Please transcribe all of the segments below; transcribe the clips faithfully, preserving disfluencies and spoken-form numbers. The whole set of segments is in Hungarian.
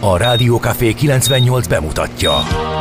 A Rádió Café kilencvennyolc bemutatja.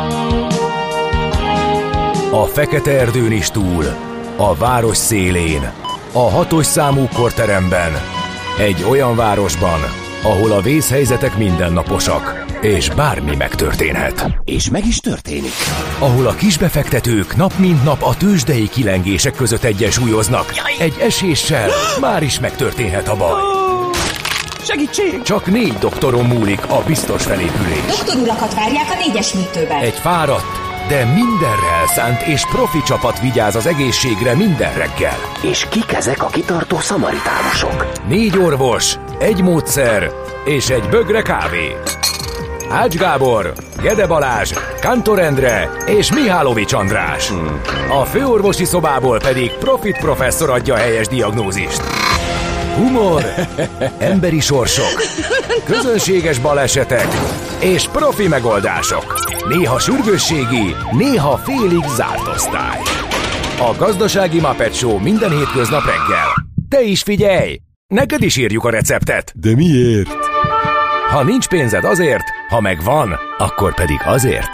A fekete erdőn is túl, a város szélén, a hatos számú korteremben, egy olyan városban, ahol a vészhelyzetek mindennaposak, és bármi megtörténhet. És meg is történik. Ahol a kisbefektetők nap mint nap a tőzsdei kilengések között egyensúlyoznak. Egy eséssel már is megtörténhet a baj. Segítség! Csak négy doktoron múlik a biztos felépülés. Doktor urakat várják a négyes műtőben. Egy fáradt, de mindenre elszánt és profi csapat vigyáz az egészségre minden reggel. És kik ezek a kitartó szamaritánusok? Négy orvos, egy módszer és egy bögre kávé. Ács Gábor, Gede Balázs, Kántor Endre és Mihálovics András. Hmm. A főorvosi szobából pedig Profit professzor adja a helyes diagnózist. Humor, emberi sorsok, közönséges balesetek és profi megoldások. Néha sürgősségi, néha félig zárt osztály. A Gazdasági Muppet Show minden hétköznap reggel. Te is figyelj! Neked is írjuk a receptet. De miért? Ha nincs pénzed azért, ha megvan, akkor pedig azért.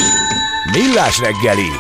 Millás reggeli.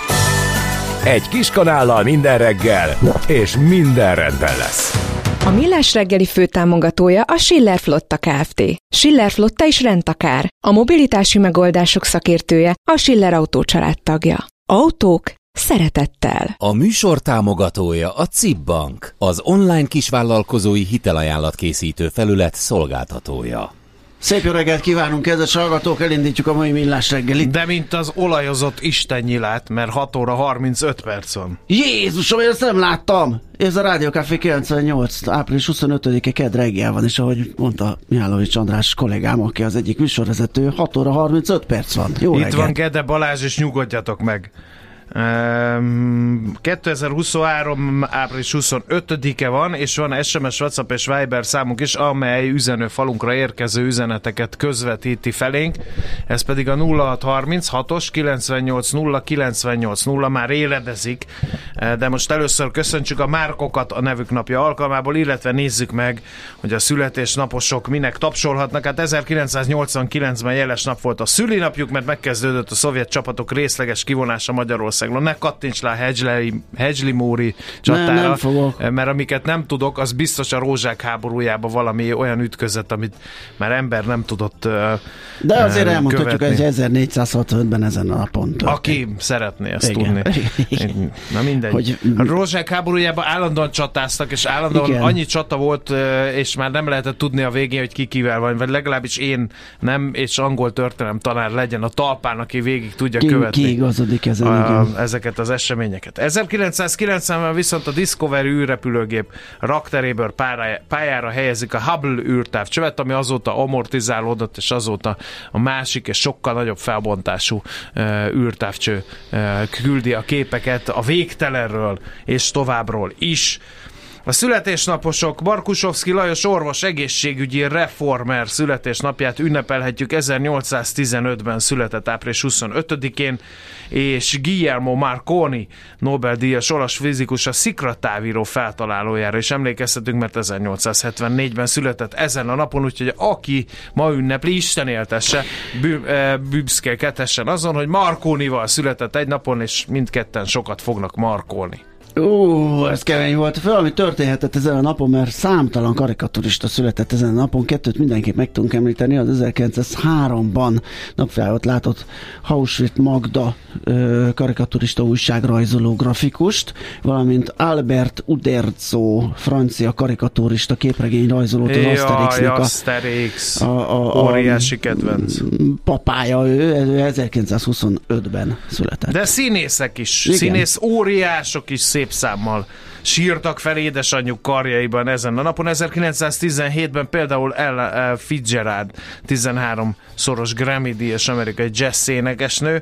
Egy kis kanállal minden reggel, és minden rendben lesz. A Millás reggeli főtámogatója a Schiller Flotta Kft. Schiller Flotta is rendtakár. A mobilitási megoldások szakértője, a Schiller Autó család tagja. Autók szeretettel. A műsor támogatója a cé i bé Bank, az online kisvállalkozói hitelajánlat készítő felület szolgáltatója. Szép jó reggelt kívánunk, kedves hallgatók, elindítjuk a mai Millás reggelit. De mint az olajozott istennyilat, mert hat óra harmincöt perc van. Jézusom, én ezt nem láttam! Ez a Rádió Café kilencvennyolc, április huszonötödike kedd reggel van, és ahogy mondta Mihálovics András kollégám, aki az egyik műsorvezető, hat óra harmincöt perc van. Jó Itt reggelt. van Gede Balázs, és nyugodjatok meg. Um, kétezer-huszonhárom. április huszonötödike van, és van es em es, WhatsApp és Viber számunk is, amely üzenőfalunkra érkező üzeneteket közvetíti felénk. Ez pedig a nulla hat harminchatos kilencvennyolc nulla kilencvennyolc nulla, már éledezik, de most először köszöntsük a Márkokat a nevük napja alkalmából, illetve nézzük meg, hogy a születésnaposok minek tapsolhatnak. Hát ezerkilencszáznyolcvankilencben jeles nap volt a szülinapjuk, mert megkezdődött a szovjet csapatok részleges kivonása Magyarországon. Ne kattints le a Hegyli-Móri csatára, nem, mert amiket nem tudok, az biztos a Rózsák háborújában valami olyan ütközet, amit már ember nem tudott uh, de azért uh, elmondhatjuk, hogy ezernégyszázhatvanötben ezen a napon történt. Aki szeretné ezt igen. tudni. Na mindegy. Hogy, a Rózsák háborújában állandóan csatáztak, és állandóan igen. annyi csata volt, és már nem lehetett tudni a végén, hogy ki kivel van, vagy legalábbis én nem, és angol történelem tanár legyen a talpán, aki végig tudja ki, követni. Ki igazodik ezen, a, ezeket az eseményeket. ezerkilencszázkilencvenben viszont a Discovery űrrepülőgép rakteréből pályára helyezik a Hubble űrtávcsövet, ami azóta amortizálódott, és azóta a másik és sokkal nagyobb felbontású uh, űrtávcső uh, küldi a képeket a végtelenről és továbbról is. A születésnaposok: Barkusovszky Lajos orvos, egészségügyi reformer születésnapját ünnepelhetjük. ezernyolcszáztizenötben született április huszonötödikén, és Guillermo Marconi, Nobel-díjas olasz fizikus, a szikratávíró feltalálójára is emlékeztetünk, mert ezernyolcszázhetvennégyben született ezen a napon, úgyhogy aki ma ünnepli, Isten éltesse, büszkélkedhessen azon, hogy Marconival született egy napon, és mindketten sokat fognak markolni. Ó, ez kemény volt. Valami történhetett ezen a napon, mert számtalan karikaturista született ezen a napon. Kettőt mindenképp meg tudunk említeni. Az ezerkilencszázháromban napvilágot látott Hauswirth Magda karikaturista újságrajzoló grafikust, valamint Albert Uderzo francia karikaturista képregényrajzolót, az Asterixnek a, Asterix, a, a, a óriási kedvenc papája. Ő ezerkilencszázhuszonötben született. De színészek is, igen. Színész óriások is szép számmal sírtak fel édesanyjuk karjaiban ezen a napon. ezerkilencszáztizenhétben például Ella Fitzgerald, tizenhárom szoros Grammy-díjas amerikai jazz énekesnő,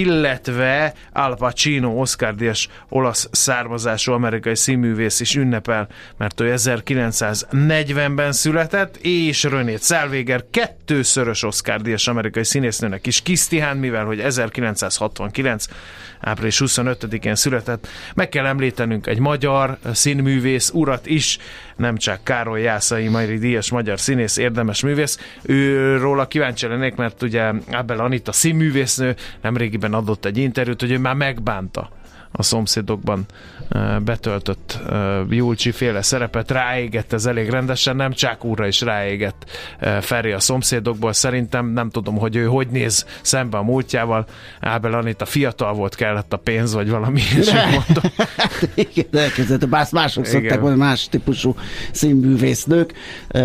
illetve Al Pacino, Oscar-díjas olasz származású amerikai színművész is ünnepel, mert ő ezerkilencszáznegyvenben született, és Renée Zellweger, kettőszörös Oscar-díjas amerikai színésznőnek is kisztihán, mivel hogy ezerkilencszázhatvankilenc április huszonötödikén született. Meg kell említenünk egy magyar magyar színművész urat is, nem csak Károly Jászai Majri díjas magyar színész, érdemes művész. Őróla kíváncsi lennék, mert ugye Ábel Anita színművésznő nemrégiben adott egy interjút, hogy ő már megbánta a Szomszédokban betöltött Julcsi féle szerepet, ráégett ez elég rendesen, nem csak úrra is ráégett Feri a Szomszédokból. Szerintem nem tudom, hogy ő hogy néz szembe a múltjával. Ábel Anita fiatal volt, kellett a pénz, vagy valami ilyesmit mondom. Igen, elkezdett, bár mások szokták volna, más típusú színművésznők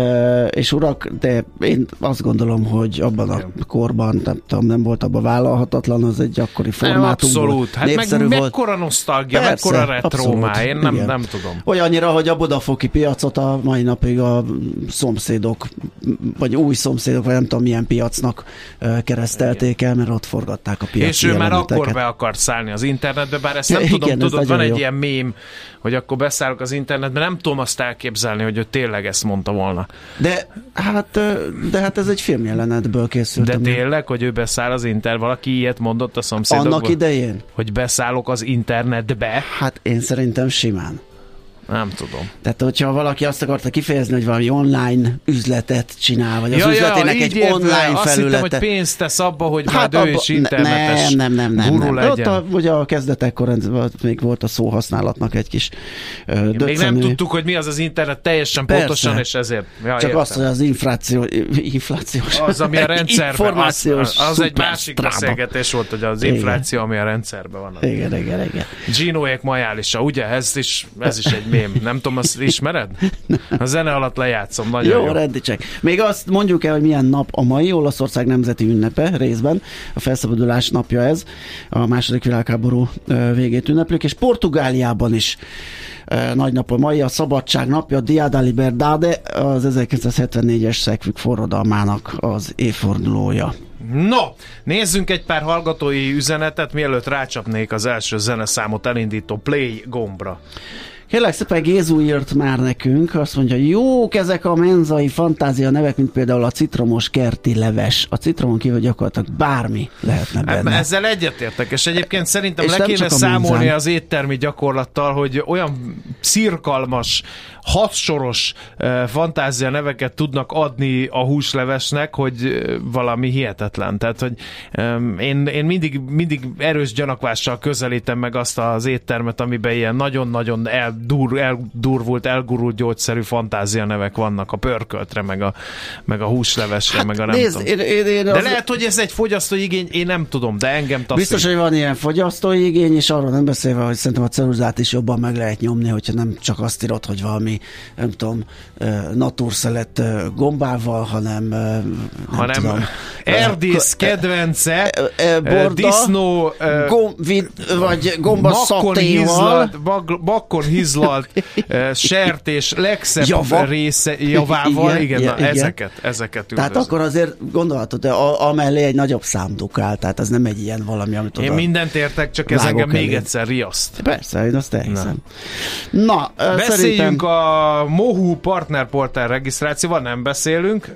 és urak, de én azt gondolom, hogy abban a korban, nem tudom, nem volt abban vállalhatatlan, az egy akkori formátumból. Abszolút, hát meg mekkora nosztalgia, mekkora retro már, én nem, nem tudom. Olyannyira, hogy a budafoki piacot a mai napig a szomszédok, vagy új szomszédok, vagy nem tudom milyen piacnak keresztelték el, mert ott forgatták a piaci És ő már akkor be akart szállni az internetbe, bár ezt nem igen, tudom, tudod, van egy jó. ilyen mém, hogy akkor beszállok az internetbe, nem tudom azt elképzelni, hogy ő tényleg ezt mondta volna. De hát, de hát ez egy filmjelenetből készült. De ami... tényleg, hogy ő beszáll az internet, valaki ilyet mondott a szomszédokból? Annak idején? Hogy beszállok az internetbe? Hát én szerintem simán. Nem tudom. Tehát, hogyha valaki azt akarta kifejezni, hogy valami online üzletet csinál, vagy az ja, üzletének ja, egy érve, online azt felülete. Azt hittem, hogy pénzt tesz abba, hogy hát majd abba, ő is internetes nem, nem, nem, nem, guru nem. legyen. Ott a, ugye a kezdetekkor még volt a szóhasználatnak egy kis uh, Még nem tudtuk, hogy mi az az internet teljesen Persze. pontosan, és ezért. Ja, Csak értem. azt, hogy az infláció, inflációs. Az, ami a rendszerben, az, az egy másik strába. beszélgetés volt, hogy az infláció, igen. ami a rendszerben van. Igen, igen, igen. Ginoék majálisa, ugye? Ez is, ez is egy mém. Nem tudom, azt ismered? A zene alatt lejátszom, nagyon jó. Jó, rendicsek. Még azt mondjuk el, hogy milyen nap a mai Olaszország nemzeti ünnepe részben. A felszabadulás napja ez. A második világháború végét ünneplik, és Portugáliában is nagy nap a mai, a szabadság napja, Dia da Liberdade, az ezerkilencszázhetvennégyes Szekvük forradalmának az évfordulója. No, nézzünk egy pár hallgatói üzenetet, mielőtt rácsapnék az első zeneszámot elindító play gombra. Kérlek szépen, Gézu írt már nekünk, azt mondja, jók ezek a menzai fantázia nevek, mint például a citromos kerti leves. A citromon kívül gyakorlatilag bármi lehetne benne. Hát, ezzel egyetértek, és egyébként szerintem és le kéne számolni menzán. az éttermi gyakorlattal, hogy olyan szirkalmas, hatsoros uh, fantázia neveket tudnak adni a húslevesnek, hogy uh, valami hihetetlen. Tehát, hogy um, én, én mindig, mindig erős gyanakvással közelítem meg azt az éttermet, amiben ilyen nagyon-nagyon eldur, eldurvult, elgurult gyógyszerű fantázia nevek vannak a pörköltre, meg a, meg a húslevesre, hát meg a nem nézd, tudom. Én, én, én de az... lehet, hogy ez egy fogyasztói igény, én nem tudom, de engem taszít. Biztos, hogy van ilyen fogyasztói igény, és arról nem beszélve, hogy szerintem a ceruzát is jobban meg lehet nyomni, hogyha nem csak azt írod, hogy valami nem tudom, naturszelet gombával, hanem nem hanem tudom, erdész kedvence, borda, disznó, gomvid, vagy gombaszatéval, bakkon hizlalt sertés legszebb Java. része javával, igen, igen, igen, na, igen. ezeket, ezeket tehát üdvözlöm. akkor azért gondolhatod, de a, amellé egy nagyobb szám dukál, tehát ez nem egy ilyen valami, amit én mindent értek, csak ez engem elé. még egyszer riaszt. Persze, én azt elhiszem. Na, Na beszéljünk szerintem... a Mohu partnerportál regisztrációval, nem beszélünk.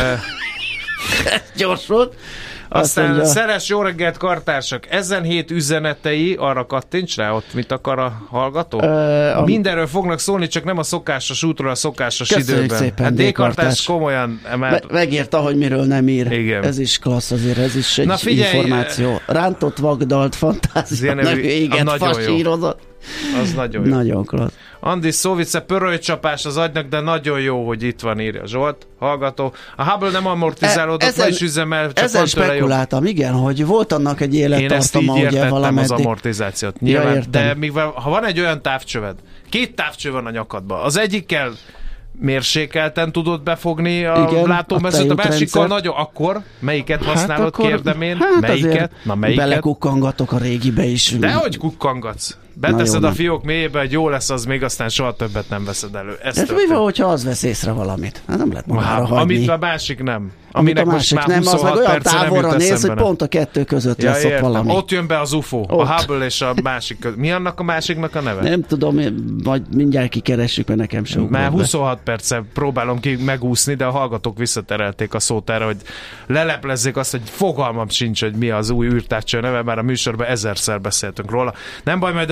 Gyors volt. Aztán mondja... szeres jó reggelt, kartársak! Ezen hét üzenetei, arra kattints rá, ott mit akar a hallgató? Uh, a... Mindenről fognak szólni, csak nem a szokásos útról, a szokásos Köszönjük időben. Szépen, hát D-kartás komolyan emelt. Me- megírta, hogy miről nem ír. Igen. Ez is klassz azért, ez is egy Na figyelj, információ. Rántott vagdalt fantázia nevű éget fasírozott. Az nagyon jó. Nagyon klassz. Andi Szóvice, pörölycsapás az agynak, de nagyon jó, hogy itt van, írja Zsolt, hallgató. A Hubble nem amortizálódott, e, le is üzemel, csak ezen spekuláltam, igen, hogy volt annak egy élettartama, ugye valameddig. Én ezt így az amortizációt. Nyilván, ja, de mivel, ha van egy olyan távcsöved, két távcső van a nyakadban, az egyikkel mérsékelten tudod befogni a igen, látómezőt, a, a másikkal nagyon, akkor melyiket használod, hát kérdem én? Hát melyiket? Na melyiket? Belekukkangatok a régibe is. Dehogy kukkangatsz? Beteszed a fiók mélyébe, hogy jó lesz az, még aztán soha többet nem veszed elő. Ez hát mi van, hogyha az vesz észre valamit? Hát nem lehet magára hagyni. Amit a másik nem. Amit a másik nem, az meg olyan távolra néz, hogy pont a kettő között ja, lesz ott valami. Ott jön be az u f o, ott. A Hubble és a másik között. Mi annak a másiknak a neve? Nem tudom, majd mindjárt kikeressük, mert nekem sem. Már huszonhat perce próbálom ki megúszni, de a hallgatók visszaterelték a szót erre, hogy leleplezzék azt, hogy fogalmam sincs, hogy mi az új űrtávcső neve, már a műsorban ezerszer beszéltünk róla. Nem baj, majd az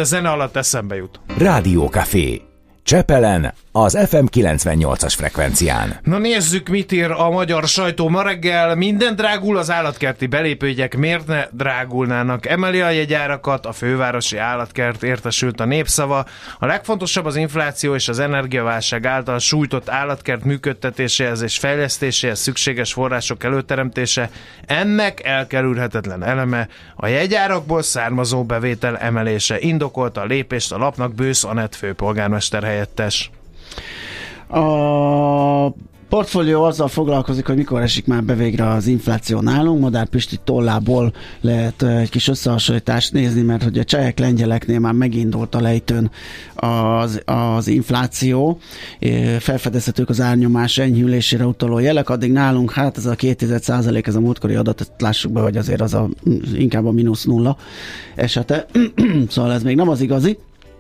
zene alatt eszembe jut. Rádiókafé. Csepelen, az ef em kilencvennyolcas frekvencián. Na nézzük, mit ír a magyar sajtó ma reggel. Minden drágul, az állatkerti belépőjegyek miért ne drágulnának? Emeli a jegyárakat, a fővárosi állatkert, értesült a Népszava. A legfontosabb az infláció és az energiaválság által sújtott állatkert működtetéséhez és fejlesztéséhez szükséges források előteremtése. Ennek elkerülhetetlen eleme a jegyárakból származó bevétel emelése. Indokolta a lépést a lapnak Bősz Anett főpolgármester helyettes. A portfólió azzal foglalkozik, hogy mikor esik már be végre az infláció nálunk. Madár Pisti tollából lehet egy kis összehasonlítást nézni, mert hogy a csehek, lengyeleknél már megindult a lejtőn az, az infláció. Felfedezhetők az árnyomás enyhülésére utaló jelek, addig nálunk hát ez a két tized százalék, ez a múltkori adat, ezt lássuk be, hogy azért az a, inkább a mínusz nulla esete. Szóval ez még nem az igazi.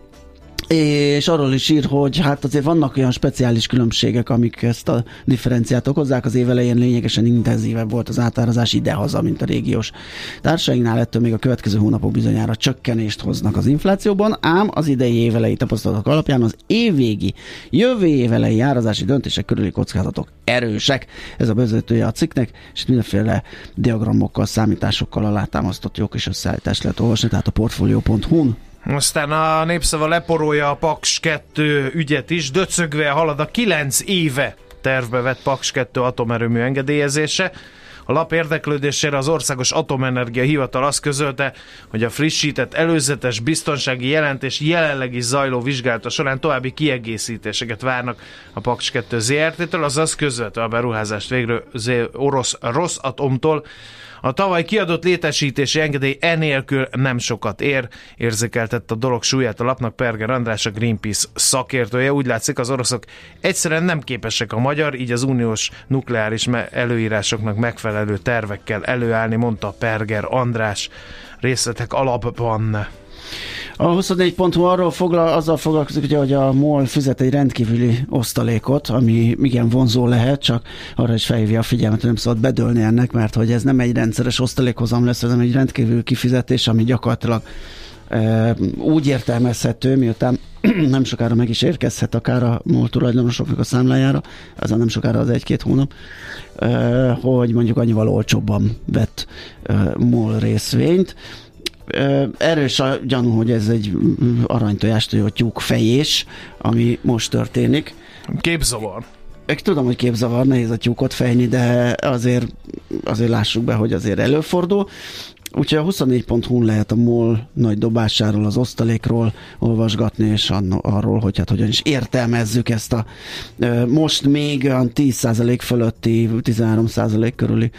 És arról is ír, hogy hát azért vannak olyan speciális különbségek, amik ezt a differenciát okozzák. Az év elején lényegesen intenzívebb volt az átárazás idehaza, mint a régiós társainknál, ettől még a következő hónapok bizonyára csökkenést hoznak az inflációban, ám az idei év elejé tapasztalatok alapján az évvégi, jövő év elejé árazási döntések körüli kockázatok erősek. Ez a vezetője a cikknek, és mindenféle diagramokkal, számításokkal alátámasztott jó kis összeállítást lehet olvasni, tehát a portfolio pont hu-n. Aztán a Népszava leporolja a Paks kettő ügyet is, döcögve halad a kilenc éve tervbe vett Paks kettő atomerőmű engedélyezése. A lap érdeklődésére az Országos Atomenergia Hivatal azt közölte, hogy a frissített előzetes biztonsági jelentés jelenleg is zajló vizsgálata során további kiegészítéseket várnak a Paks kettő zé er té-től, azaz közvetve a beruházást végző orosz Rosatomtól. A tavaly kiadott létesítési engedély enélkül nem sokat ér, érzékeltett a dolog súlyát a lapnak Perger András, a Greenpeace szakértője. Úgy látszik, az oroszok egyszerűen nem képesek a magyar, így az uniós nukleáris előírásoknak megfelelő tervekkel előállni, mondta Perger András. Részletek alapban. A huszonnégy pont hu arról foglal, azzal foglalkozik, hogy a MOL fizet egy rendkívüli osztalékot, ami igen vonzó lehet, csak arra is felhívja a figyelmet, hogy nem szabad bedőlni ennek, mert hogy ez nem egy rendszeres osztalékhozam lesz, hanem egy rendkívüli kifizetés, ami gyakorlatilag e, úgy értelmezhető, miután nem sokára meg is érkezhet akár a MOL tulajdonosoknak a számlájára, az nem sokára az egy-két hónap, e, hogy mondjuk annyival olcsóbban vett e, MOL részvényt. Erős a gyanú, hogy ez egy aranytojást, hogy tyúk fejés, ami most történik. Képzavar. Tudom, hogy képzavar, nehéz a tyúkot fejni, de azért, azért lássuk be, hogy azért előfordul. Úgyhogy a huszonnégy pont hu-n lehet a MOL nagy dobásáról, az osztalékról olvasgatni, és arról, hogy hát hogyan is értelmezzük ezt a most még olyan tíz százalék fölötti, tizenhárom százalék körüli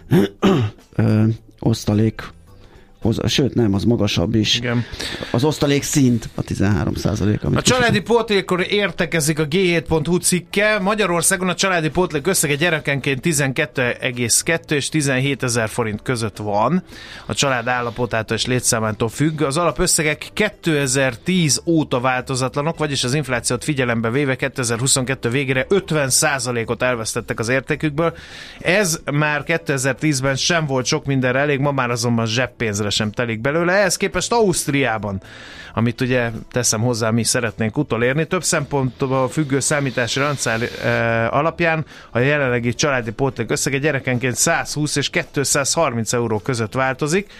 osztalék. Sőt, nem, az magasabb is. Igen. Az osztalék szint a tizenhárom százalék. A családi pótlékor értekezik a gé hét pont hu cikke. Magyarországon a családi pótlék összege gyerekenként tizenkét egész kettő és tizenhétezer forint között van. A család állapotától és létszámától függ. Az alapösszegek kétezer-tíz óta változatlanok, vagyis az inflációt figyelembe véve kétezer-huszonkettő végére ötven százalékot elvesztettek az értékükből. Ez már kétezer-tízben sem volt sok mindenre elég, ma már azonban zseppénzre sem telik belőle. Ehhez képest Ausztriában, amit ugye teszem hozzá, mi szeretnénk utolérni, több szempontból függő számítási rendszár e, alapján a jelenlegi családi pótlék összege gyerekenként százhúsz és kétszázharminc euró között változik.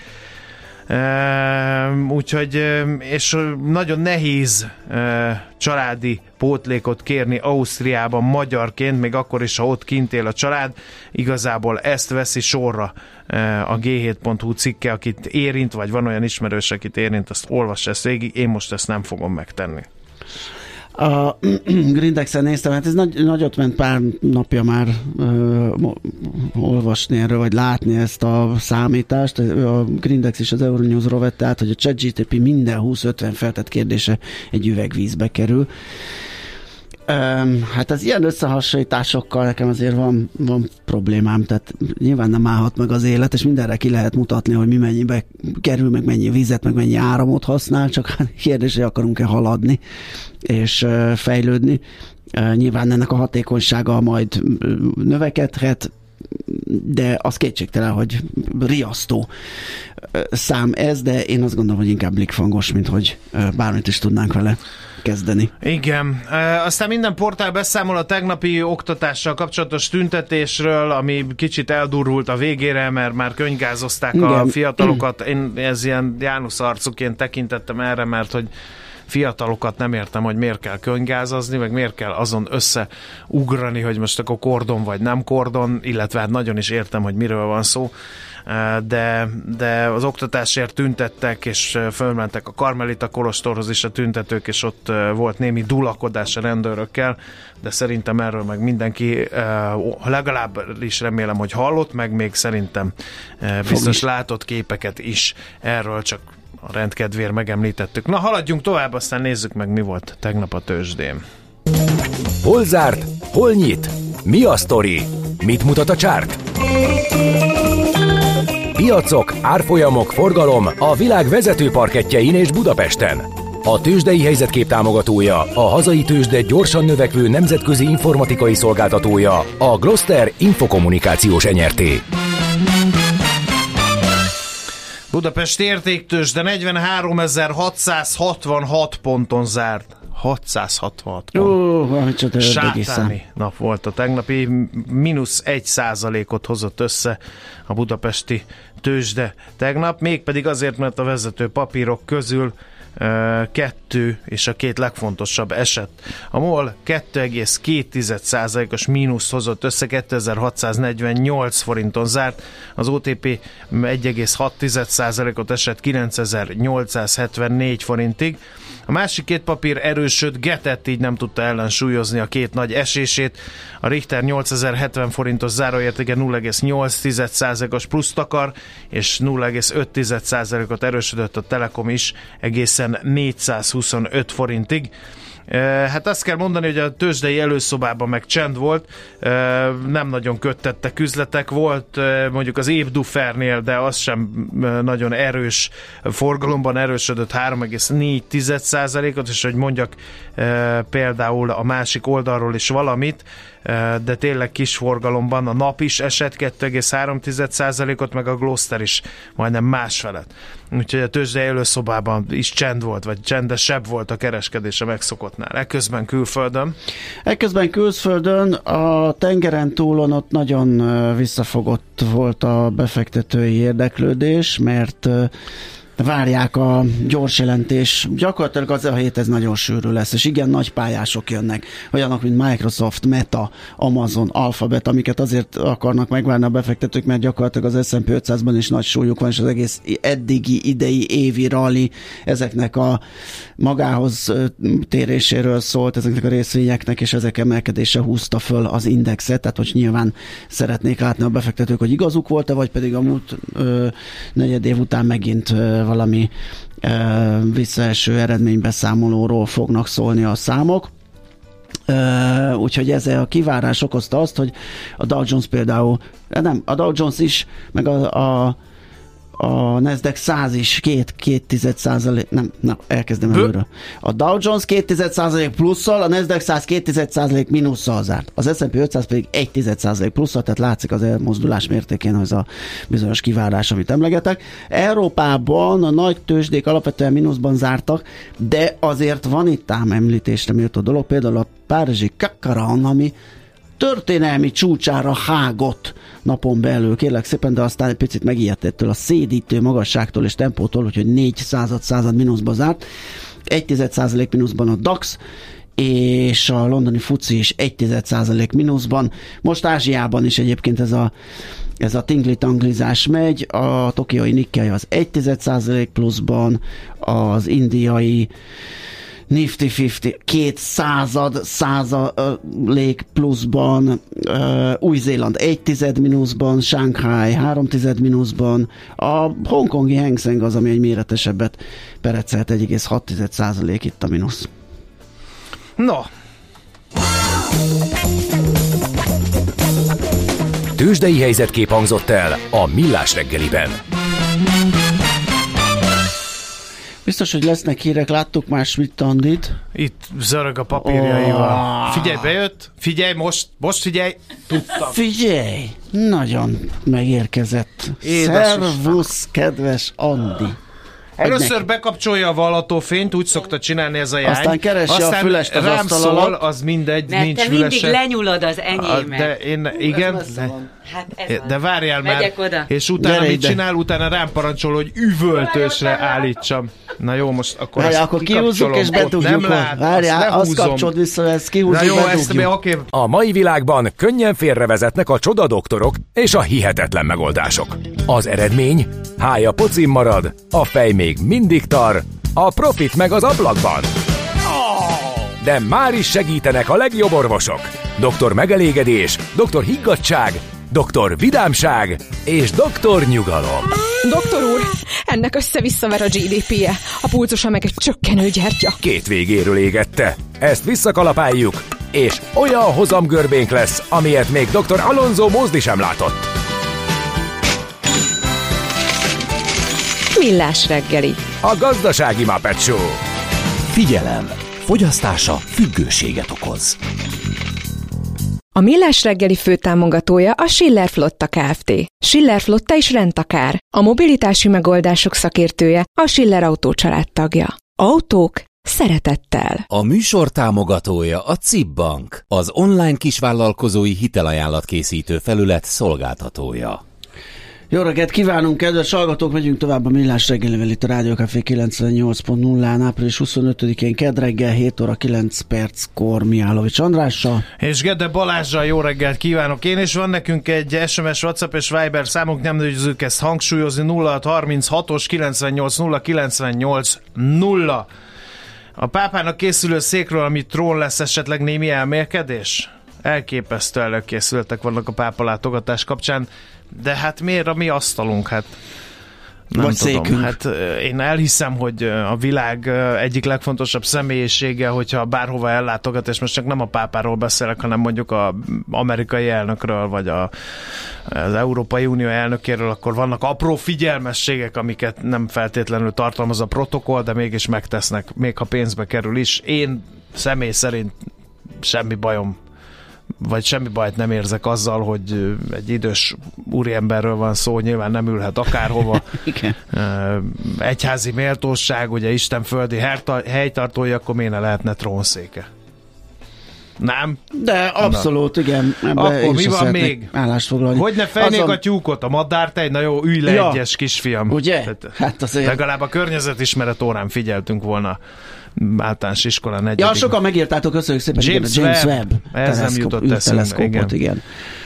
Uh, úgyhogy, és nagyon nehéz uh, családi pótlékot kérni Ausztriában magyarként, még akkor is, ha ott kint él a család. Igazából ezt veszi sorra uh, a gé hét pont hu cikke, akit érint, vagy van olyan ismerős, akit érint, azt olvassa ezt végig, én most ezt nem fogom megtenni. A Grindexen néztem, hát ez nagy, nagyot ment pár napja már ö, olvasni erről, vagy látni ezt a számítást. A Grindex is az Euronews-ról vette át, hogy a ChatGPT minden húsz-ötven feltett kérdése egy üvegvízbe kerül. Um, hát az ilyen összehasonlításokkal nekem azért van, van problémám, tehát nyilván nem állhat meg az élet, és mindenre ki lehet mutatni, hogy mi mennyibe kerül, meg mennyi vizet, meg mennyi áramot használ, csak kérdés, hogy akarunk-e haladni és uh, fejlődni. Uh, nyilván ennek a hatékonysága majd növekedhet, de az kétségtelen, hogy riasztó szám ez, de én azt gondolom, hogy inkább blikfangos, mint hogy bármit is tudnánk vele kezdeni. Igen. E, aztán minden portál beszámol a tegnapi oktatással kapcsolatos tüntetésről, ami kicsit eldurult a végére, mert már könygázozták Igen. a fiatalokat. Én ez ilyen János arcuként tekintettem erre, mert hogy fiatalokat nem értem, hogy miért kell könygázazni, meg miért kell azon összeugrani, hogy most akkor kordon vagy nem kordon, illetve hát nagyon is értem, hogy miről van szó. De, de az oktatásért tüntettek, és fölmentek a Karmelita kolostorhoz is a tüntetők, és ott volt némi dulakodás a rendőrökkel, de szerintem erről meg mindenki legalább is remélem, hogy hallott, meg még szerintem biztos látott képeket is erről, csak a rendkedvéért megemlítettük. Na, haladjunk tovább, aztán nézzük meg, mi volt tegnap a tőzsdén. Hol zárt? Hol nyit? Mi a sztori? Mit mutat a csárt? Piacok, árfolyamok, forgalom a világ vezető parkettjein és Budapesten. A tőzsdei helyzetkép támogatója, a hazai tőzsde gyorsan növekvő nemzetközi informatikai szolgáltatója, a Gloster Infokommunikációs Enyerté. Budapesti értéktőzsde negyvenháromezer-hatszázhatvanhat ponton zárt. hatszázhatvanhat pont. Ó, sátáni nap volt a tegnapi, mínusz egy százalékot hozott össze a budapesti tőzsde tegnap, mégpedig azért, mert a vezető papírok közül uh, kettő és a két legfontosabb esett. A MOL kettő egész két százalékos mínusz hozott össze, kétezer-hatszáznegyvennyolc forinton zárt, az o té pé egy egész hat százalékot esett, kilencezer-nyolcszázhetvennégy forintig. A másik két papír erősödgetett, így nem tudta ellensúlyozni a két nagy esését. A Richter nyolcezer-hetven forintos záróértéke nulla egész nyolc százalékos plusz takar, és nulla egész öt százalékot erősödött a Telekom is egészen négyszázhuszonöt forintig. Hát azt kell mondani, hogy a tőzsdei előszobában meg csend volt, nem nagyon köttettek üzletek, volt mondjuk az Évdufernél, de az sem nagyon erős forgalomban, erősödött három egész négy százalékot, és hogy mondjak például a másik oldalról is valamit, de tényleg kis forgalomban a Nap is esett kettő egész három százalékot, meg a Gloster is majdnem másfelet. Úgyhogy a tőzsdei előszobában is csend volt, vagy csendesebb volt a kereskedés a megszokottnál. Ekközben külföldön? Ekközben külföldön a tengeren túlon ott nagyon visszafogott volt a befektetői érdeklődés, mert várják a gyors jelentés. Gyakorlatilag az a hét ez nagyon sűrű lesz, és igen, nagy pályások jönnek. Olyanok, mint Microsoft, Meta, Amazon, Alphabet, amiket azért akarnak megvárni a befektetők, mert gyakorlatilag az es and pé ötszázban is nagy súlyuk van, és az egész eddigi idei évi rally ezeknek a magához téréséről szólt, ezeknek a részvényeknek, és ezek emelkedése húzta föl az indexet, tehát hogy nyilván szeretnék látni a befektetők, hogy igazuk volt-e, vagy pedig a múlt ö, negyed év után megint ö, valami ö, visszaeső eredménybeszámolóról fognak szólni a számok. Ö, úgyhogy ez a kivárás okozta azt, hogy a Dow Jones például, nem, a Dow Jones is, meg a, a a Nasdaq száz is két, két tized százalék, nem, na, elkezdem előről. A Dow Jones két tized százalék plusszal, a Nasdaq száz két tized százalék mínusszal zárt. Az es and pé ötszáz pedig egy tized százalék plusszal, tehát látszik az elmozdulás mértékén, hogy ez a bizonyos kivárás, amit emlegetek. Európában a nagy tőzsdék alapvetően mínuszban zártak, de azért van itt ám említésre méltó dolog, például a párizsi Kakaran, ami történelmi csúcsára hágott napon belül, kérlek szépen, de aztán egy picit megijedt ettől a szédítő magasságtól és tempótól, úgyhogy négy század század mínuszba zárt. Egy tized százalék mínuszban a DAX, és a londoni fuci is egy tized százalék mínuszban. Most Ázsiában is egyébként ez a ez a tingli-tanglizás megy, a tokiói Nikkei az egy tized százalék pluszban, az indiai Nifty ötven két század százalék pluszban, uh, Új-Zéland egy tized mínuszban, Shanghai három tized mínuszban, a hongkongi Hang Seng az, ami egy méretesebbet perecelt, egy egész hat tized százalék itt a mínusz. No. Tőzsdei helyzetkép hangzott el a Millás reggeliben. Biztos, hogy lesznek hírek, láttuk már Schmidt-Andit. Itt zörög a papírjaival. Oh. Figyelj, bejött? Figyelj, most, most figyelj! Tudtam. Figyelj! Nagyon megérkezett. Édes Szervusz, kedves Andi. Először bekapcsolja a vallatófényt, úgy szokta csinálni ez a jány. Aztán keresi a fülest az rám asztal szól, alatt. az mindegy, Mert nincs te mindig fülese. lenyulod az enyémet. De én, igen, de, Hát ez de az. várjál már, Megyek oda. és utána Gyere mit ide. csinál? Utána rám parancsol, hogy üvöltősre állítsam. Na jó, most akkor Várjál, ezt akkor kihúzzuk és kikapcsolom. Ott bedugjuk. nem lát, Várjál, azt azt lehúzom. kapcsolod vissza, ezt Na kihúzzuk, jó, ezt bedugjuk. mi, oké. A mai világban könnyen félrevezetnek a csodadoktorok és a hihetetlen megoldások. Az eredmény? Hája pocim marad, a fej még mindig tar, a profit meg az ablakban. De már is segítenek a legjobb orvosok. Doktor Megelégedés, doktor Higgadtság, doktor Vidámság és doktor Nyugalom. Doktor úr, ennek össze-visszaver a gé dé pé-je, a pulzusa meg egy csökkenő gyertya. Két végéről égette. Ezt visszakalapáljuk, és olyan hozamgörbénk lesz, amilyet még doktor Alonso Mózdi sem látott. Millás reggeli. A gazdasági Muppet Show. Figyelem! Fogyasztása függőséget okoz. A Millás reggeli főtámogatója a Schiller Flotta Kft. Schiller Flotta is rendtakár. A mobilitási megoldások szakértője, a Schiller Autó családtagja. Autók szeretettel. A műsor támogatója a cé i bé Bank, az online kisvállalkozói hitelajánlatkészítő felület szolgáltatója. Jó reggelt kívánunk, kedves hallgatók, megyünk tovább a Millás reggelivel itt a Rádió Café kilencvennyolc pont nullán, április huszonötödikén, kedd reggel, hét óra kilenc perckor Mihálovics Andrással. És Gede Balázsral jó reggelt kívánok én, és van nekünk egy es em es, WhatsApp és Viber számunk, nem tudjuk ezt hangsúlyozni, nulla hat harminchat kilencvennyolc nulla kilencvennyolc nulla. A pápának készülő székről, ami trón lesz, esetleg némi elmélkedés? Elképesztő előkészületek vannak a pápa látogatás kapcsán, de hát miért a mi asztalunk? Hát nem Vagy tudom. székünk. Hát én elhiszem, hogy a világ egyik legfontosabb személyisége, hogyha bárhova ellátogat, és most csak nem a pápáról beszélek, hanem mondjuk az amerikai elnökről, vagy a, az Európai Unió elnökéről, akkor vannak apró figyelmességek, amiket nem feltétlenül tartalmaz a protokoll, de mégis megtesznek, még ha pénzbe kerül is. Én személy szerint semmi bajom vagy semmi bajt nem érzek azzal, hogy egy idős úriemberről van szó, nyilván nem ülhet akárhova. Igen. Egyházi méltóság, ugye Isten földi helytartója, akkor miért ne lehetne trónszéke? Nem? De abszolút, na. Igen. Akkor mi van még? Állást foglalni. Hogy ne fejnék Azon... a tyúkot, a madártej? Na jó, ülj le ja. egyes kisfiam. Ugye? Tehát hát azért... Legalább a környezetismeret órán figyeltünk volna általános iskolán egyedik. Ja, sokan megírtátok, köszönjük szépen. James, igen, James Webb. Webb. Ez nem jutott eszembe, igen. igen.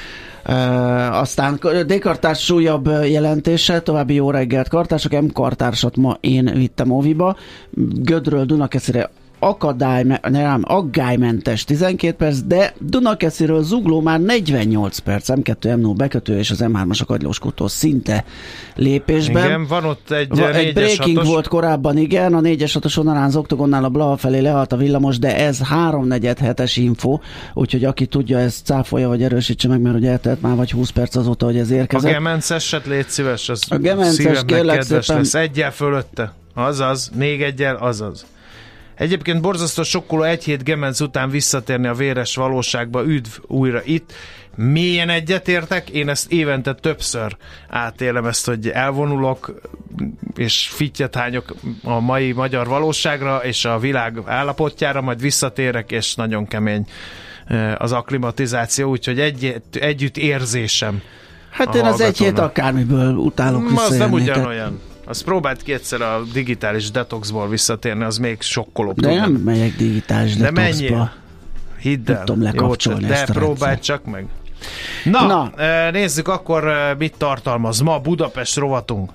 Uh, aztán D-kartárs újabb jelentése, további jó reggelt kartársak, M-kartársat ma én vittem óviba, Gödről Dunakeszire akadály, nem, aggálymentes tizenkét perc, de Dunakesziről Zugló már negyvennyolc perc, em kettő em nulla bekötő és az em hármas a Kagylóskútól szinte lépésben. Igen, van ott egy Va, egy breaking hatos. volt korábban, igen, a négyes hatoson az Oktogonnál a Blaha felé lehalt a villamos, de ez háromnegyed hetes info, úgyhogy aki tudja, ezt cáfolja vagy erősítse meg, mert ugye eltelt már vagy húsz perc azóta, hogy ez érkezett. A Gemenceset légy szíves, az a Gemences, kérlek kedves szépen. lesz. Egyel fölötte. Azaz, még egyel, azaz. Egyébként borzasztó sokkoló egy hét Gemenc után visszatérni a véres valóságba, üdv újra itt. Mélyen egyetértek, én ezt évente többször átélem ezt, hogy elvonulok és fittyet hányok a mai magyar valóságra és a világ állapotjára, majd visszatérek, és nagyon kemény az akklimatizáció, úgyhogy egy, együtt érzésem. Hát én az egy hét akármiből utálok visszajönni. Az nem ugyanolyan. Azt próbált kétszer a digitális detoxból visszatérni, az még sokkolóbb. De nem megyek digitális de detoxba. Hidd el. Nem tudom lekapcsolni de ezt a próbáld rendszer. csak meg. Na, Na, nézzük akkor, mit tartalmaz ma Budapest rovatunk.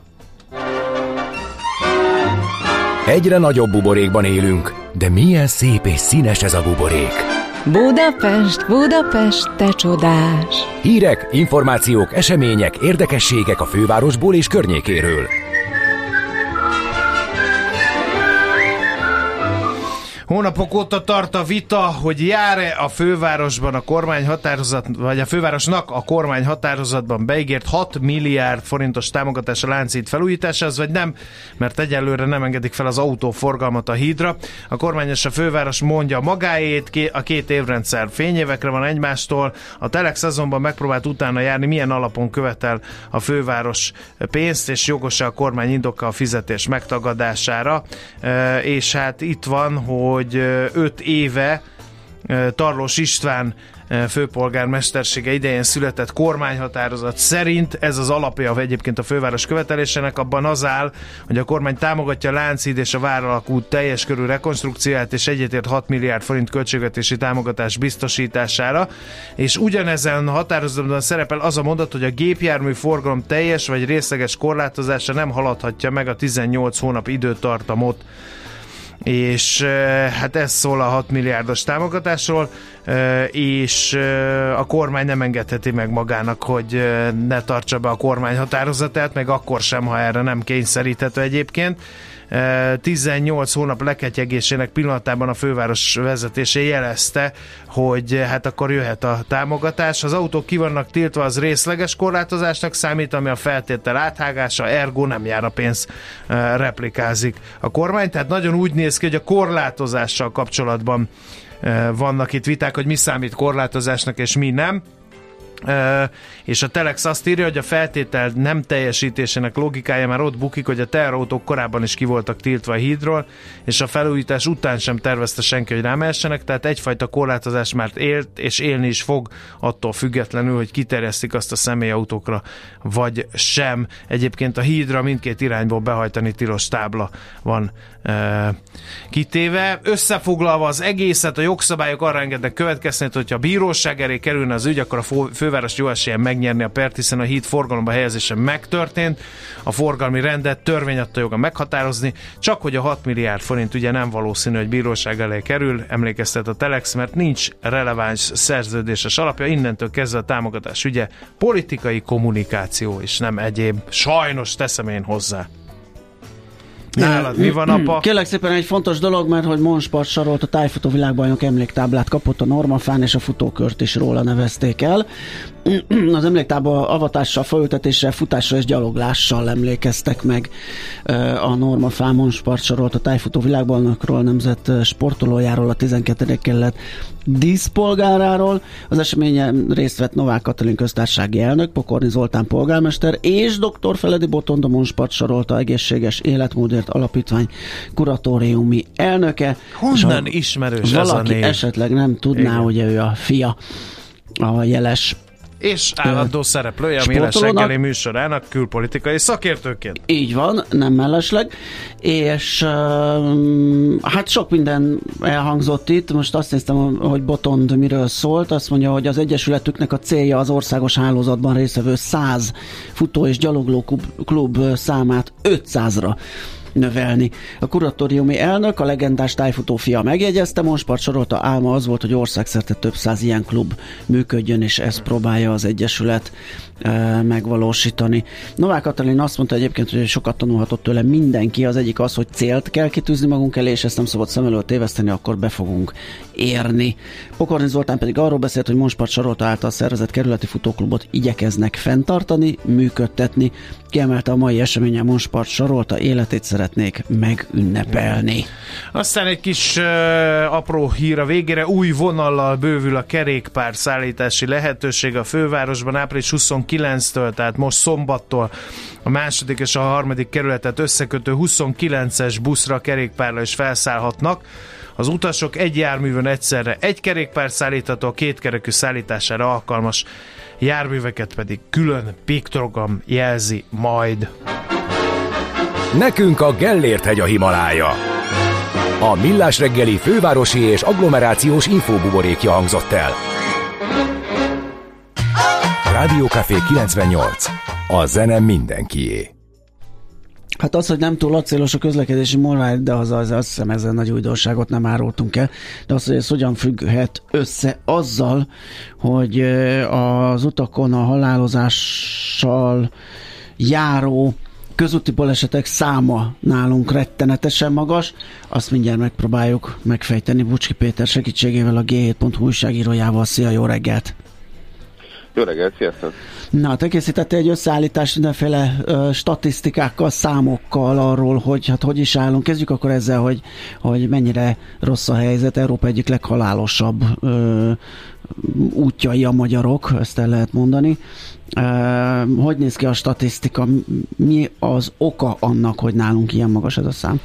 Egyre nagyobb buborékban élünk, de milyen szép és színes ez a buborék. Budapest, Budapest, te csodás! Hírek, információk, események, érdekességek a fővárosból és környékéről. Hónapok óta tart a vita, hogy jár-e a fővárosban a kormány határozat, vagy a fővárosnak a kormány határozatban beígért hat milliárd forintos támogatás a Lánchíd felújításához, vagy nem, mert egyelőre nem engedik fel az autóforgalmat a hídra. A kormány és a főváros mondja magáét, a két évrendszer fényévekre van egymástól, a Telex azonban megpróbált utána járni, milyen alapon követel a főváros pénzt, és jogos a kormány indoka a fizetés megtagadására, és hát itt van, hogy öt éve Tarlós István főpolgármestersége idején született kormányhatározat szerint, ez az alapja egyébként a főváros követelésének, abban az áll, hogy a kormány támogatja a Lánchíd és a Váralakút teljes körű rekonstrukcióját, és egyetért hat milliárd forint költségvetési támogatás biztosítására, és ugyanezen határozatban szerepel az a mondat, hogy a gépjármű forgalom teljes vagy részleges korlátozása nem haladhatja meg a tizennyolc hónap időtartamot. És hát ez szól a hat milliárdos támogatásról, és a kormány nem engedheti meg magának, hogy ne tartsa be a kormány határozatát, meg akkor sem, ha erre nem kényszeríthető egyébként. tizennyolc hónap leketyegésének pillanatában a főváros vezetése jelezte, hogy hát akkor jöhet a támogatás. Az autók ki vannak tiltva, az részleges korlátozásnak számít, ami a feltétel áthágása, ergo nem jár a pénz, replikázik a kormány. Tehát nagyon úgy néz ki, hogy a korlátozással kapcsolatban vannak itt viták, hogy mi számít korlátozásnak és mi nem. Uh, és a Telex azt írja, hogy a feltétel nem teljesítésének logikája már ott bukik, hogy a teherautók korábban is ki voltak tiltva a hídról, és a felújítás után sem tervezte senki, hogy rámehessenek, tehát egyfajta korlátozás már élt, és élni is fog, attól függetlenül, hogy kiterjesztik azt a személyautókra, vagy sem. Egyébként a hídra mindkét irányból behajtani tilos tábla van uh, kitéve. Összefoglalva az egészet, a jogszabályok arra engednek következtetni, hogyha a bíróság elé kerülne az ügy, akkor a fő főváros jó esélyen megnyerni a pert, hiszen a híd forgalomba helyezése megtörtént, a forgalmi rendet törvény adta joga meghatározni, csak hogy a hat milliárd forint ugye nem valószínű, hogy bíróság elé kerül, emlékeztet a Telex, mert nincs releváns szerződéses alapja, innentől kezdve a támogatás ügye politikai kommunikáció, és nem egyéb. Sajnos teszem én hozzá. Nálad mi van, apa? Kérlek szépen egy fontos dolog, mert hogy Monspart Sarolt a tájfutó világbajnok emléktáblát kapott a Normafán, és a futókört is róla nevezték el. Az emléktábla avatással, felültetéssel, futással és gyaloglással emlékeztek meg a Normafán Monspart Sarolt a tájfutó világbajnokról, nemzet sportolójáról, a tizenkettedik kerület díszpolgáráról. Az eseményen részt vett Novák Katalin köztársasági elnök, Pokorni Zoltán polgármester és dr. Feledi Botond, a Monspart Sarolta egészséges életmódért alapítvány kuratóriumi elnöke. Honnan ismerős ez a név? Valaki esetleg nem tudná, igen, hogy ő a fia a jeles és állandó szereplője a Millás reggeli műsorának külpolitikai szakértőként. Így van, nem mellesleg. És uh, hát sok minden elhangzott itt. Most azt néztem, hogy Botond miről szólt. Azt mondja, hogy az egyesületüknek a célja az országos hálózatban résztvevő száz futó és gyalogló klub, klub számát ötszázra növelni. A kuratóriumi elnök, a legendás tájfutó fia megjegyezte, Monspart Sarolta álma az volt, hogy országszerte több száz ilyen klub működjön, és ezt próbálja az egyesület e, megvalósítani. Novák Katalin azt mondta egyébként, hogy sokat tanulhatott tőle mindenki, az egyik az, hogy célt kell kitűzni magunk elé, és ezt nem szabad szem előtt téveszteni, akkor be fogunk érni. Pokorni Zoltán pedig arról beszélt, hogy Monspart Sarolta által szervezett kerületi futóklubot igyekeznek fenntartani, működtetni. Kiemelte, a mai eseményen Monspart Sarolta életét szeretnék megünnepelni. Aztán egy kis uh, apró hír a végére. Új vonallal bővül a kerékpár szállítási lehetőség a fővárosban április huszonkilencedikétől, tehát most szombattól a második és a harmadik kerületet összekötő huszonkilences buszra, kerékpárra is felszállhatnak. Az utasok egy járművön egyszerre egy kerékpár szállítható, a kétkerekű szállítására alkalmas járműveket pedig külön piktogram jelzi majd. Nekünk a Gellért-hegy a Himalája. A Millás reggeli fővárosi és agglomerációs infóbuborékja hangzott el. Rádiókafé kilencvennyolc. A zene mindenkié. Hát az, hogy nem túl acélos a közlekedési morális, de az, az, azt hiszem ezzel nagy újdonságot nem árultunk el, de az, hogy ez hogyan függhet össze azzal, hogy az utakon a halálozással járó közúti balesetek száma nálunk rettenetesen magas, azt mindjárt megpróbáljuk megfejteni Bucski Péter segítségével, a gé hét pont hu újságírójával. Szia, jó reggelt! Jó reggelt, sziasztok! Na, te készítettél egy összeállítást mindenféle ö, statisztikákkal, számokkal arról, hogy hát hogy is állunk. Kezdjük akkor ezzel, hogy, hogy mennyire rossz a helyzet. Európa egyik leghalálosabb ö, útjai a magyarok, ezt el lehet mondani. Ö, hogy néz ki a statisztika? Mi az oka annak, hogy nálunk ilyen magas ez a szám?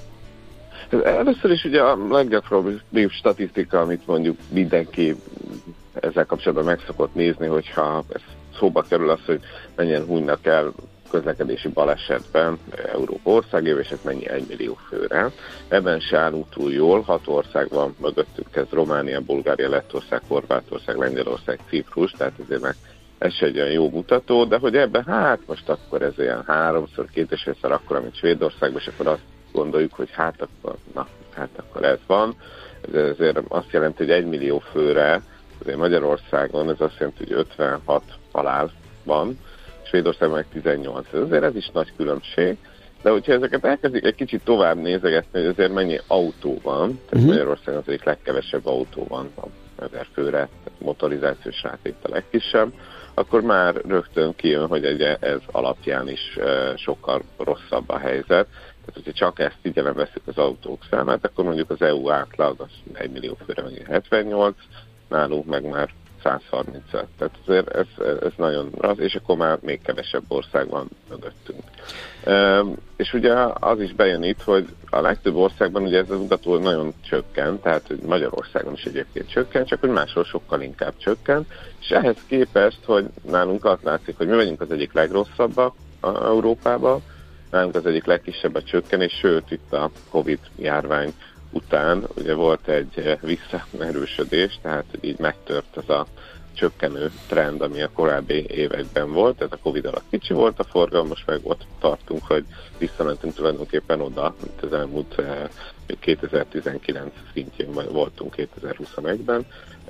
Először is ugye a leggyakrabbi statisztika, amit mondjuk mindenki ezzel kapcsolatban meg szokott nézni, hogyha ez szóba kerül az, hogy mennyien hunynak el közlekedési balesetben Európa országével, és ez mennyi egymillió főre. Ebben se állunk túl jól, hat ország van mögöttünk, ez Románia, Bulgária, Lettország, Horvátország, Lengyelország, Ciprus, tehát ezért meg ez se egy olyan jó mutató, de hogy ebben hát most akkor ez olyan háromszor, két és félszer akkor, mint Svédországban, és akkor azt gondoljuk, hogy hát akkor, na, hát akkor ez van. Ez azért azt jelenti, hogy egymillió főre azért Magyarországon ez azt jelenti, hogy ötvenhat halál van, Svédországban meg tizennyolc. Azért ez is nagy különbség, de hogyha ezeket elkezdik egy kicsit tovább nézegetni, hogy azért mennyi autó van, tehát uh-huh. Magyarországon az egyik legkevesebb autó van, ezer főre, tehát motorizációs rátét a legkisebb, akkor már rögtön kijön, hogy egy, ez alapján is e, sokkal rosszabb a helyzet. Tehát, hogyha csak ezt figyelembe veszük az autók számát, akkor mondjuk az é u átlag az egy millió főre meg hetvennyolc, nálunk meg már száz harmincöt. Tehát azért ez, ez nagyon rossz, és akkor már még kevesebb ország van mögöttünk. E, és ugye az is bejön itt, hogy a legtöbb országban ugye ez az mutató nagyon csökken, tehát hogy Magyarországon is egyébként csökken, csak hogy máshol sokkal inkább csökken, és ehhez képest, hogy nálunk azt látszik, hogy mi vagyunk az egyik legrosszabbak Európában, nálunk az egyik legkisebb a csökkenés, sőt itt a Covid járvány után ugye volt egy visszaerősödés, tehát így megtört az a csökkenő trend, ami a korábbi években volt, tehát a Covid alatt kicsi volt a forgalom, most meg ott tartunk, hogy visszamentünk tulajdonképpen oda, mint az elmúlt kétezer-tizenkilenc szintjén voltunk kétezer-huszonegyben.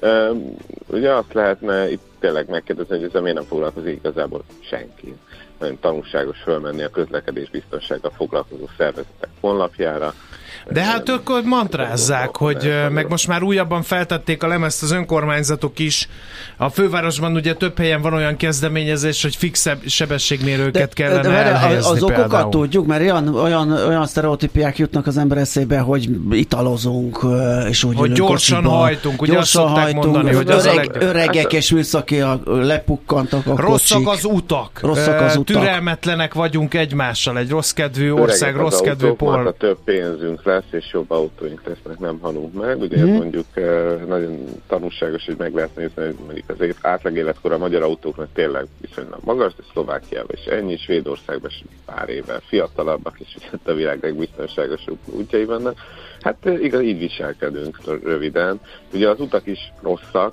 Ugye azt lehetne itt tényleg megkérdezni, hogy ezzel miért nem foglalkozik igazából senki. Nagyon tanulságos fölmenni a közlekedés biztonsággal foglalkozó szervezetek honlapjára. De hát akkor mantrázzák, hogy meg most már újabban feltették a lemezt az önkormányzatok is. A fővárosban ugye több helyen van olyan kezdeményezés, hogy fix sebességmérőket de, kellene de, de elhelyezni az például. Okokat tudjuk, mert olyan, olyan, olyan sztereotípiák jutnak az ember eszébe, hogy italozunk, és úgy hogy gyorsan kocsiba, hajtunk, ugye azt szokták hajtunk, mondani, hogy az öreg, a leg... öregek és műszakiak lepukkantak a rosszak kocsik. az utak. Rosszak az utak. Türelmetlenek vagyunk egymással, egy rossz kedvű ország, rossz kedvű pol. Több pénzünk lesz, és jobb autóink lesznek, nem halunk meg. Ugye hmm. mondjuk nagyon tanulságos, hogy meg lehet nézni, hogy mondjuk az átlag életkor a magyar autóknak tényleg viszonylag magas, de Szlovákiában is ennyi, Svédországban is pár évvel fiatalabbak, és ugye a világ legbiztonságosabb útjai vannak. Hát igaz, így viselkedünk röviden. Ugye az utak is rosszak.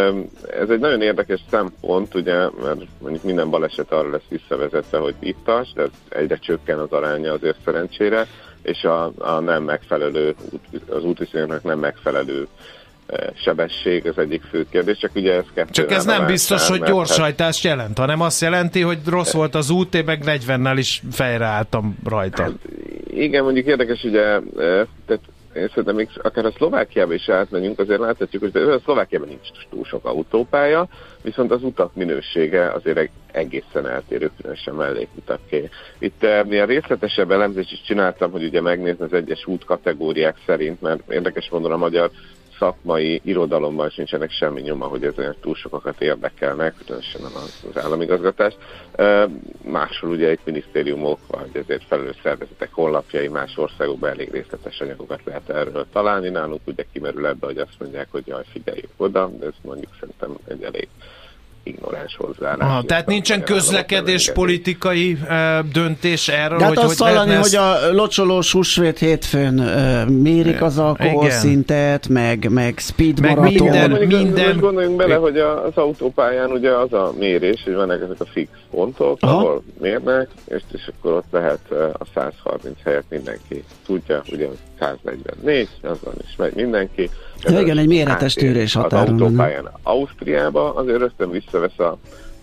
Ez egy nagyon érdekes szempont, ugye, mert mondjuk minden baleset arra lesz visszavezetve, hogy ittas, de egyre csökken az aránya azért szerencsére, és a, a nem megfelelő, az útviszonyoknak nem megfelelő sebesség az egyik fő kérdés, csak ugye ez kettő. Csak ez nem biztos, hogy gyorshajtást jelent, hanem azt jelenti, hogy rossz volt az út, én meg negyvennel is fejreálltam rajta. Hát, igen, mondjuk érdekes, ugye, tehát én szerintem még akár a Szlovákiába is átmegyünk, azért láthatjuk, hogy a Szlovákiában nincs túl sok autópálya, viszont az utak minősége azért egészen eltérő, különösen mellékutaké. Itt milyen részletesebb elemzést is csináltam, hogy ugye megnézni az egyes útkategóriák szerint, mert érdekes mondom, a magyar szakmai irodalomban sincsenek semmi nyoma, hogy ezen túl sokakat érdekelnek, különösen az államigazgatás. Máshol ugye egy minisztériumok, vagy ezért felelős szervezetek honlapjai, más országokban elég részletes anyagokat lehet erről találni. Nálunk ugye kimerül ebbe, hogy azt mondják, hogy jaj, figyeljük oda, de ez mondjuk szerintem egy elég ignoráns hozzáállás. Aha, tehát nincsen közlekedés politikai uh, döntés erről, de hát hogy azt hogy hallani, ezt... hogy a locsolós húsvét hétfőn uh, mérik az alkoholszintet, meg, meg speed meg maraton. minden, Mondjuk, minden... Most gondoljunk bele, hogy az autópályán ugye az a mérés, hogy vannak ezek a fix pontok, aha, ahol mérnek, és, és akkor ott lehet a száz harminc helyet mindenki tudja, ugye száz negyvennégy, azon is megy mindenki. Ja, igen, egy méretes tűrés határon. Az autópályán Ausztriába azért rögtön visszavesz a,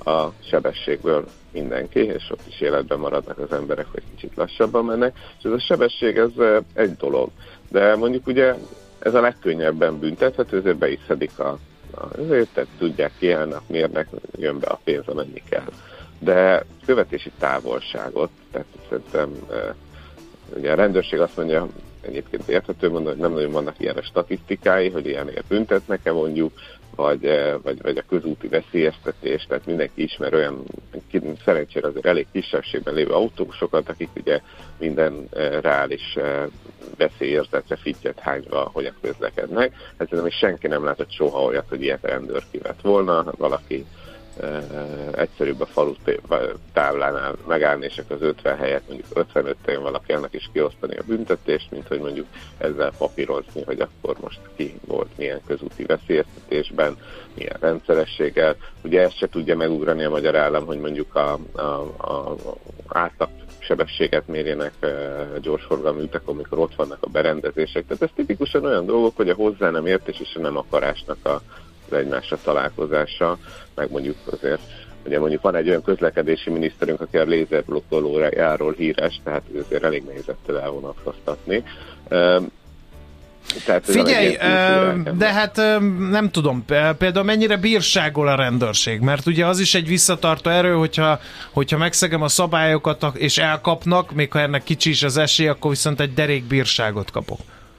a sebességből mindenki, és ott is életben maradnak az emberek, hogy kicsit lassabban mennek, és ez a sebesség, ez egy dolog. De mondjuk ugye ez a legkönnyebben büntethető, ezért be is szedik a, a ezért, tehát tudják, kiállnak, mérnek, jön be a pénz, amennyi kell. De követési távolságot, tehát szerintem ugye a rendőrség azt mondja, egyébként érthető mondom, hogy nem nagyon vannak ilyen statisztikái, hogy ilyenért büntetnek-e mondjuk, vagy, vagy, vagy a közúti veszélyeztetés, tehát mindenki ismer olyan, szerencsére azért elég kisebbségben lévő autósokat, akik ugye minden reális veszélyérzetre fittyet hányva hogyan közlekednek. Hát szerintem senki nem látott soha olyat, hogy ilyet rendőr kivett volna, valaki Uh, egyszerűbb a falu táblánál megállni, és az ötven helyet mondjuk ötvenöt-en valaki annak is kiosztani a büntetést, mint hogy mondjuk ezzel papírozni, hogy akkor most ki volt milyen közúti veszélyeztetésben, milyen rendszerességgel. Ugye ezt se tudja megugrani a magyar állam, hogy mondjuk a, a, a átlag sebességet mérjenek uh, gyorsforgalmi utakon, amikor ott vannak a berendezések. Tehát ez tipikusan olyan dolgok, hogy a hozzá nem értés és a nem akarásnak a az egymásra találkozása, meg mondjuk azért, ugye mondjuk van egy olyan közlekedési miniszterünk, aki a lézerblokkolójáról híres, tehát azért elég nehéz ettől elvonatkoztatni. Tehát figyelj, de hát nem tudom, például mennyire bírságol a rendőrség, mert ugye az is egy visszatartó erő, hogyha, hogyha megszegem a szabályokat és elkapnak, még ha ennek kicsi is az esély, akkor viszont egy derék bírságot kapok.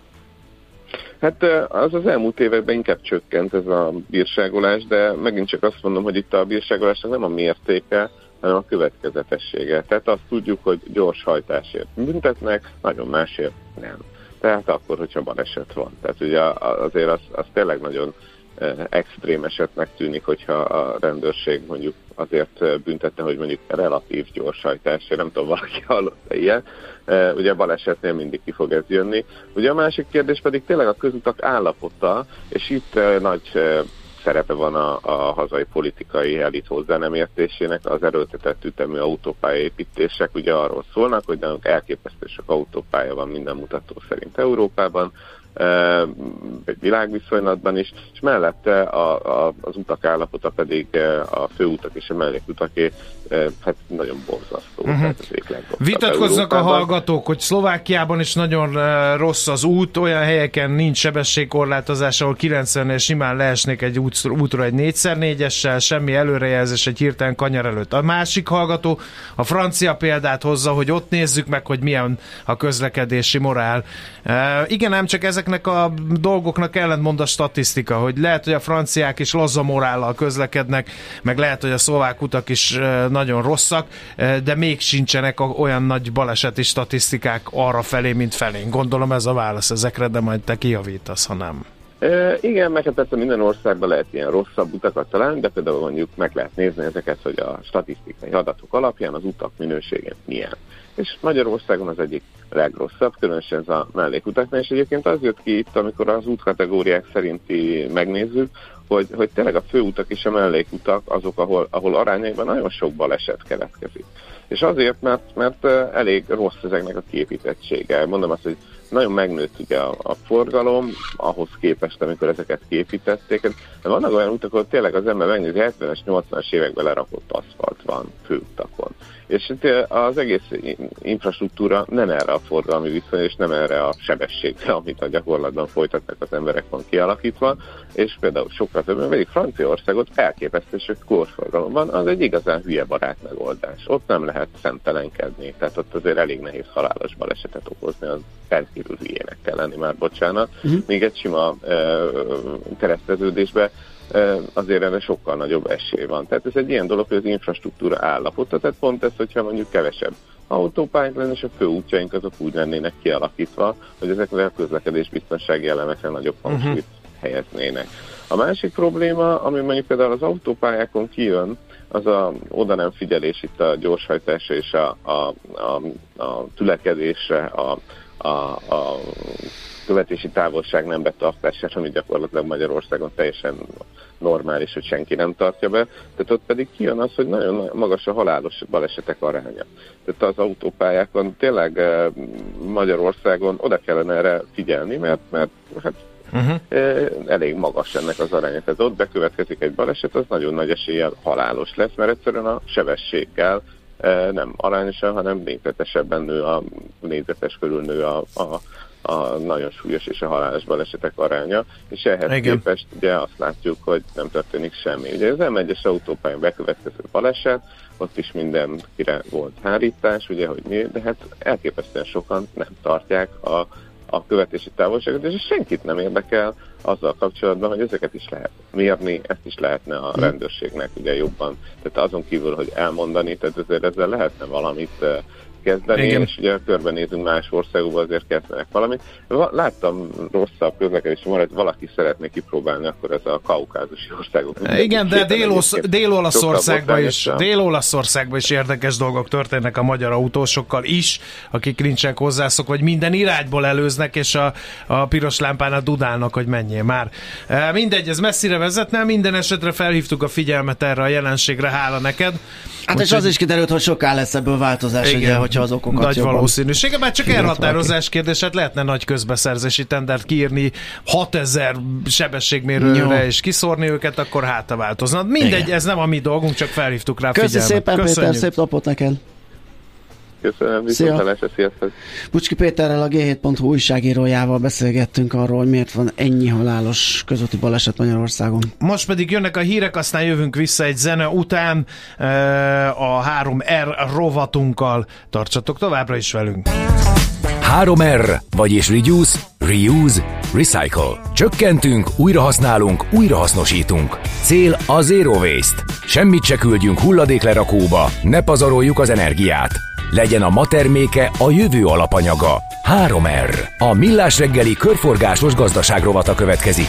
Hát az az elmúlt években inkább csökkent ez a bírságolás, de megint csak azt mondom, hogy itt a bírságolásnak nem a mértéke, hanem a következetessége. Tehát azt tudjuk, hogy gyors hajtásért büntetnek, nagyon másért nem. Tehát akkor, hogyha baleset van. Tehát ugye azért az, az tényleg nagyon extrém esetnek tűnik, hogyha a rendőrség mondjuk azért büntette, hogy mondjuk relatív gyors hajtásért, nem tudom, valaki hallotta ilyen. Ugye a balesetnél mindig ki fog ez jönni. Ugye a másik kérdés pedig tényleg a közutak állapota, és itt nagy szerepe van a, a hazai politikai elit hozzá nem értésének, az erőltetett ütemű autópályaépítések ugye arról szólnak, hogy nálunk elképesztő sok autópálya van minden mutató szerint Európában, egy világviszonylatban is, és mellette a, a, az utak állapota pedig a főutak és a mellékutaké hát nagyon borzasztó. Uh-huh. Vitatkoznak a hallgatók, hogy Szlovákiában is nagyon rossz az út, olyan helyeken nincs sebességkorlátozás, ahol kilencvennél simán leesnék egy út, útra egy négy szer négyessel, semmi előrejelzés egy hirtelen kanyar előtt. A másik hallgató a francia példát hozza, hogy ott nézzük meg, hogy milyen a közlekedési morál. Uh, igen, ám csak ezeknek a dolgoknak ellentmond a statisztika, hogy lehet, hogy a franciák is laza morállal közlekednek, meg lehet, hogy a szlovák utak is uh, nagyon rosszak, uh, de még sincsenek olyan nagy baleseti statisztikák arra felé, mint felénk. Gondolom ez a válasz ezekre, de majd te kijavítasz, ha nem. E, igen, meg hát persze minden országban lehet ilyen rosszabb utakat találni, de például mondjuk meg lehet nézni ezeket, hogy a statisztikai adatok alapján az utak minősége milyen. És Magyarországon az egyik legrosszabb, különösen ez a mellékutaknál, és egyébként az jött ki itt, amikor az útkategóriák szerinti megnézzük, hogy, hogy tényleg a főutak és a mellékutak azok, ahol, ahol arányaiban nagyon sok baleset keletkezik. És azért, mert, mert elég rossz ezeknek a képítettsége. Mondom azt, hogy nagyon megnőtt ugye a, a forgalom, ahhoz képest, amikor ezeket képítették. De vannak olyan utak, ahol tényleg az ember megnézi, hetvenes, nyolcvanas években lerakott aszfalt van főutakon. És az egész infrastruktúra nem erre a forgalmi viszony, és nem erre a sebességre, amit a gyakorlatban folytatnak az emberek, van kialakítva, és például sokkal többen, pedig Franciaországot elképesztő, hogy korforgalom van, az egy igazán hülye barát megoldás. Ott nem lehet szemtelenkedni, tehát ott azért elég nehéz halálos balesetet okozni, az rendkívül hülyének kell lenni, már bocsánat. Uh-huh. Még egy sima uh, kereszteződésbe azért erre sokkal nagyobb esély van. Tehát ez egy ilyen dolog, hogy az infrastruktúra állapota, tehát pont ez, hogyha mondjuk kevesebb autópályánk lenne, és a főútjaink azok úgy lennének kialakítva, hogy ezekre a közlekedésbiztonsági elemekre nagyobb hangsúlyt uh-huh. helyeznének. A másik probléma, ami mondjuk például az autópályákon kijön, az a oda nem figyelés itt a gyorshajtásra és a, a, a, a tülekedésre, a, a, a követési távolság nem betartására, ami gyakorlatilag Magyarországon teljesen normális, hogy senki nem tartja be. Tehát ott pedig kijön az, hogy nagyon magas a halálos balesetek aránya. Tehát az autópályákon tényleg Magyarországon oda kellene erre figyelni, mert, mert hát uh-huh. elég magas ennek az aránya. Tehát ott bekövetkezik egy baleset, az nagyon nagy eséllyel halálos lesz, mert egyszerűen a sebességgel nem arányosan, hanem négyzetesebben nő a négyzetes körül nő a, a, a nagyon súlyos és a halálos balesetek aránya, és ehhez Igen. képest ugye azt látjuk, hogy nem történik semmi. Ugye az em egyes autópályán bekövetkező baleset, ott is mindenkire volt hárítás, ugye, hogy mi, de hát elképesztően sokan nem tartják a, a követési távolságot, és senkit nem érdekel azzal kapcsolatban, hogy ezeket is lehet mérni, ezt is lehetne a rendőrségnek ugye jobban, tehát azon kívül, hogy elmondani, tehát ezért ezzel lehetne valamit kezdeni, Igen. és ugye körbenézünk más országokban, azért kezdenek valamit. Láttam rosszabb közlekedési hogy valaki szeretné kipróbálni, akkor ez a kaukázusi országok. Igen, de Dél-Olaszországban is, Dél-Olaszországban is érdekes dolgok történnek a magyar autósokkal is, akik nincsenek hozzászok, hogy minden irányból előznek, és a, a piros lámpánál dudálnak, hogy menjél már. Mindegy, ez messzire vezetne, minden esetre felhívtuk a figyelmet erre a jelenségre, hála neked. Hát és az is kiderült, hogy soká lesz ebből változás, ugye, hogyha az okokat nagy jobban valószínűsége, bár csak elhatározás kérdés, hát lehetne nagy közbeszerzési tendert kiírni hatezer sebességmérőre és kiszórni őket, akkor hát a változna. Mindegy, Igen. ez nem a mi dolgunk, csak felhívtuk rá Köszi figyelmet. Szépen, Köszönjük. Péter, szép napot neked! Köszönöm, viszontlátásra, sziasztok! Bucski Péterrel, a gé hét pont hu újságírójával beszélgettünk arról, hogy miért van ennyi halálos közúti baleset Magyarországon. Most pedig jönnek a hírek, aztán jövünk vissza egy zene után a három er rovatunkkal. Tartsatok továbbra is velünk! három er, vagyis Reduce, Reuse, Recycle. Csökkentünk, újrahasználunk, újrahasznosítunk. Cél a Zero Waste. Semmit se küldjünk hulladéklerakóba, ne pazaroljuk az energiát. Legyen a ma terméke a jövő alapanyaga. három er. A Millás reggeli körforgásos gazdaság rovata következik.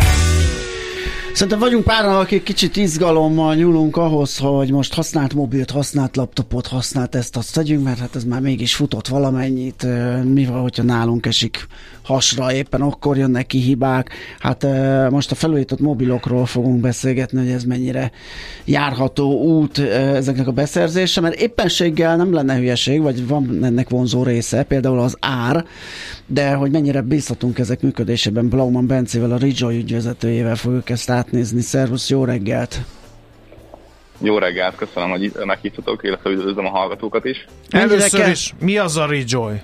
Szerintem vagyunk páran, akik kicsit izgalommal nyúlunk ahhoz, hogy most használt mobilt, használt laptopot, használt ezt, azt tegyünk, mert hát ez már mégis futott valamennyit. Mi van, hogyha nálunk esik hasra, éppen akkor jönnek ki hibák. Hát most a felújított mobilokról fogunk beszélgetni, hogy ez mennyire járható út ezeknek a beszerzése, mert éppenséggel nem lenne hülyeség, vagy van ennek vonzó része, például az ár, de hogy mennyire bízhatunk ezek működésében. Blauman Bencével, a Rejoy ügyvezetőjével fogjuk ezt átnézni. Szervusz, jó reggelt! Jó reggelt, köszönöm, hogy meghívtatok, illetve üdvözlöm a hallgatókat is. Először is, mi az a Rejoy?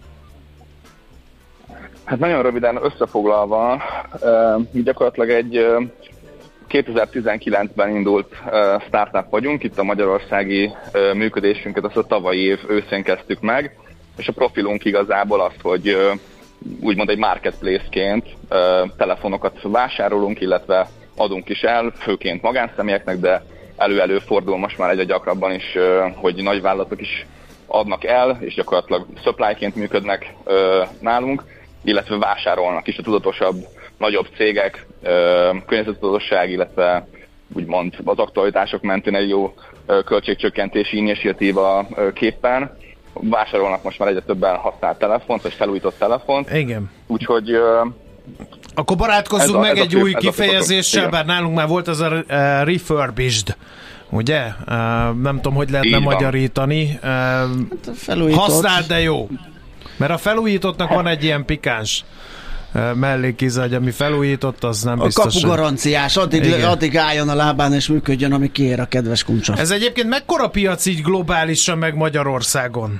Hát nagyon röviden összefoglalva, mi gyakorlatilag egy kétezer-tizenkilencben indult startup vagyunk, itt a magyarországi működésünket azt a tavalyi év őszén kezdtük meg, és a profilunk igazából azt, hogy úgymond egy marketplace-ként telefonokat vásárolunk, supply adunk is el, főként magánszemélyeknek, de elő-elő fordul most már egyre gyakrabban is, hogy nagyvállalatok is adnak el, és gyakorlatilag supply-ként működnek nálunk, illetve vásárolnak is a tudatosabb, nagyobb cégek, környezettudatosság, illetve úgymond az aktualitások mentén egy jó költségcsökkentési initiatíva képpen. Vásárolnak most már egyre többen használt telefont, vagy felújított telefont. Igen. Úgyhogy... Akkor barátkozzunk meg egy új kifejezéssel, bár nálunk már volt az a uh, refurbished, ugye? Uh, nem tudom, hogy lehetne magyarítani. Uh, hát használt, de jó. Mert a felújítottnak van egy ilyen pikáns mellékíze, hogy ami felújított, az nem biztos. A kapugaranciás, addig, addig álljon a lábán és működjön, ami kiér a kedves kuncsa. Ez egyébként mekkora piac így globálisan meg Magyarországon?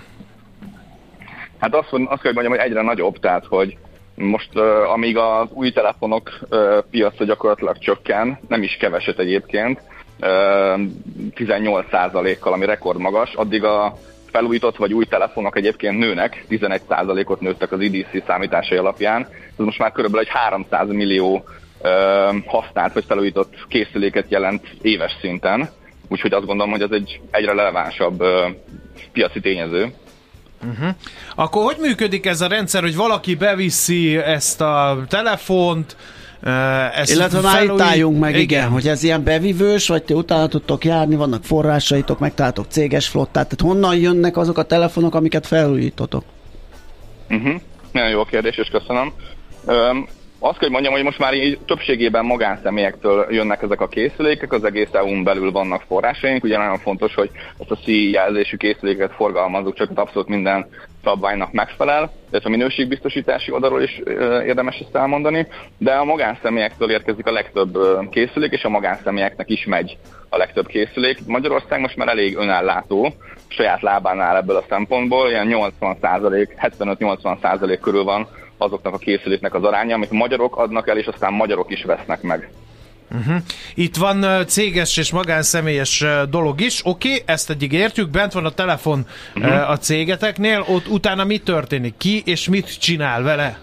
Hát azt, azt kell, hogy mondjam, hogy egyre nagyobb, tehát hogy most uh, amíg az új telefonok uh, piaca gyakorlatilag csökken, nem is keveset egyébként, uh, tizennyolc százalékkal, ami rekordmagas, addig a felújított vagy új telefonok egyébként nőnek, tizenegy százalékot nőttek az i dé cé számításai alapján. Ez most már körülbelül egy háromszáz millió ö, használt vagy felújított készüléket jelent éves szinten, úgyhogy azt gondolom, hogy ez egy egyre relevánsabb ö, piaci tényező. Uh-huh. Akkor hogy működik ez a rendszer, hogy valaki beviszi ezt a telefont, Ezt illetve már itt álljunk meg, igen. igen, hogy ez ilyen bevivős, vagy ti utána tudtok járni, vannak forrásaitok, megtaláltok céges flottát, tehát honnan jönnek azok a telefonok, amiket felújítotok? Uh-huh. Nagyon jó kérdés, és köszönöm. Um, Azt kell, hogy mondjam, hogy most már így többségében magánszemélyektől jönnek ezek a készülékek, az egész é u-n belül vannak forrásaink, ugye nagyon fontos, hogy ezt a szí jelzésű készüléket forgalmazzuk, csak abszolút minden szabványnak megfelel, illetve a minőségbiztosítási oldalról is érdemes ezt elmondani, de a magánszemélyektől érkezik a legtöbb készülék, és a magánszemélyeknek is megy a legtöbb készülék. Magyarország most már elég önállátó, saját lábán áll ebből a szempontból, ilyen nyolcvan százalék, hetvenöt-nyolcvan százalék körül van azoknak a készüléknek az aránya, amit magyarok adnak el, és aztán magyarok is vesznek meg. Uh-huh. Itt van uh, céges és magánszemélyes uh, dolog is. Oké, okay, ezt eddig értjük, bent van a telefon uh-huh. uh, a cégeteknél, ott utána mi történik? Ki és mit csinál vele?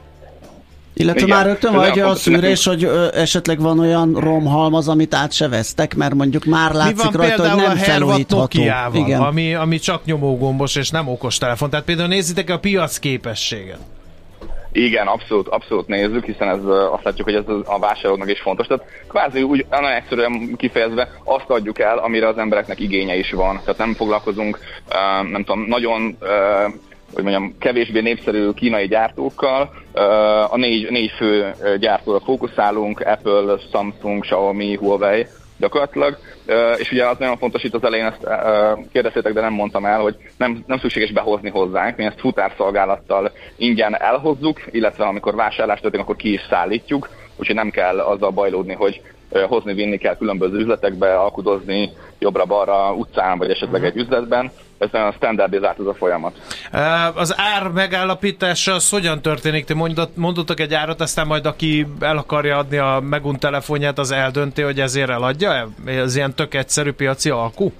Illetve igen, már rögtön vagy a szűrés, hogy ö, esetleg van olyan romhalmaz, amit át se vesztek, mert mondjuk már látszik rajta, hogy nem felújítható. Igen. Ami, ami csak nyomógombos és nem okostelefon. Tehát például nézzétek a piac képességet. Igen, abszolút, abszolút nézzük, hiszen ez, azt látjuk, hogy ez a vásárlóknak is fontos. Tehát kvázi úgy, nagyon egyszerűen kifejezve azt adjuk el, amire az embereknek igénye is van. Tehát nem foglalkozunk, nem tudom, nagyon, hogy mondjam, kevésbé népszerű kínai gyártókkal. A négy, négy fő gyártóra fókuszálunk, Apple, Samsung, Xiaomi, Huawei gyakorlatilag. És ugye az nagyon fontos, itt az elején ezt kérdeztétek, de nem mondtam el, hogy nem, nem szükséges behozni hozzánk, mi ezt futárszolgálattal ingyen elhozzuk, illetve amikor vásárlás történik, akkor ki is szállítjuk, úgyhogy nem kell azzal bajlódni, hogy hozni, vinni kell különböző üzletekbe, alkudozni jobbra-balra, utcán, vagy esetleg egy üzletben. Ez nagyon standardizált ez a folyamat. Az ár megállapítása az hogyan történik? Te mondottak egy árat, aztán majd aki el akarja adni a megunt telefonját, az eldönti, hogy ezért eladja? Ez ilyen tök egyszerű piaci alkú?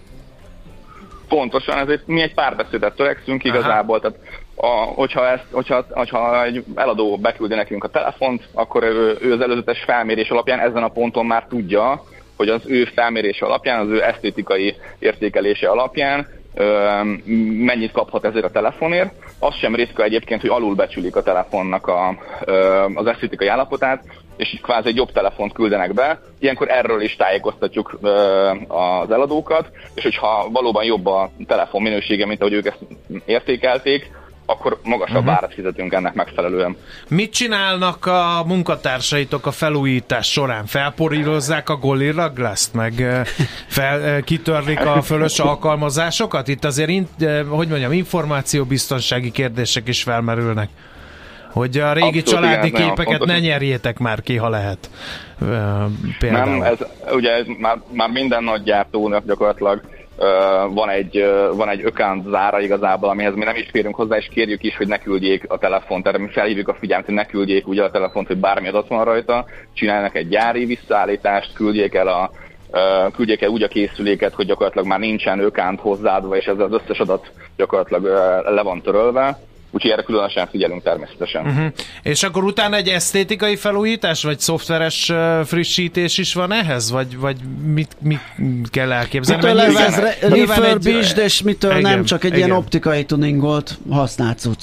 Pontosan, ezért mi egy párbeszédet törekszünk igazából, tehát a, hogyha, ezt, hogyha, hogyha egy eladó beküldi nekünk a telefont, akkor ő, ő az előzetes felmérés alapján ezen a ponton már tudja, hogy az ő felmérése alapján, az ő esztétikai értékelése alapján mennyit kaphat ezért a telefonért. Az sem ritka egyébként, hogy alulbecsülik a telefonnak a, az esztétikai állapotát, és így kvázi egy jobb telefont küldenek be. Ilyenkor erről is tájékoztatjuk az eladókat, és hogyha valóban jobb a telefon minősége, mint ahogy ők ezt értékelték, akkor magasabb uh-huh. árat fizetünk ennek megfelelően. Mit csinálnak a munkatársaitok a felújítás során? Felporírozzák a Gorilla Glass-t, meg fel, kitörlik a fölös alkalmazásokat? Itt azért, hogy mondjam, információbiztonsági kérdések is felmerülnek. Hogy a régi abszolút, családi igen, képeket ne nyerjétek már ki, ha lehet. Például. Nem, ez ugye ez már, már minden nagy gyártónak gyakorlatilag Uh, van egy, uh, van egy account zára igazából, amihez mi nem is férünk hozzá, és kérjük is, hogy ne küldjék a telefont. Erre mi felhívjuk a figyelmet, hogy ne küldjék úgy a telefont, hogy bármi adat van rajta, csinálnak egy gyári visszaállítást, küldjék el, a, uh, küldjék el úgy a készüléket, hogy gyakorlatilag már nincsen account hozzáadva, és ezzel az összes adat gyakorlatilag uh, le van törölve. Úgyhogy erre különösen figyelünk természetesen. Uh-huh. És akkor utána egy esztétikai felújítás, vagy szoftveres uh, frissítés is van ehhez? Vagy, vagy mit, mit kell elképzelni? Mitől lesz ez refurbished, és mitől igen, nem csak egy igen. ilyen optikai tuningolt használt cucc?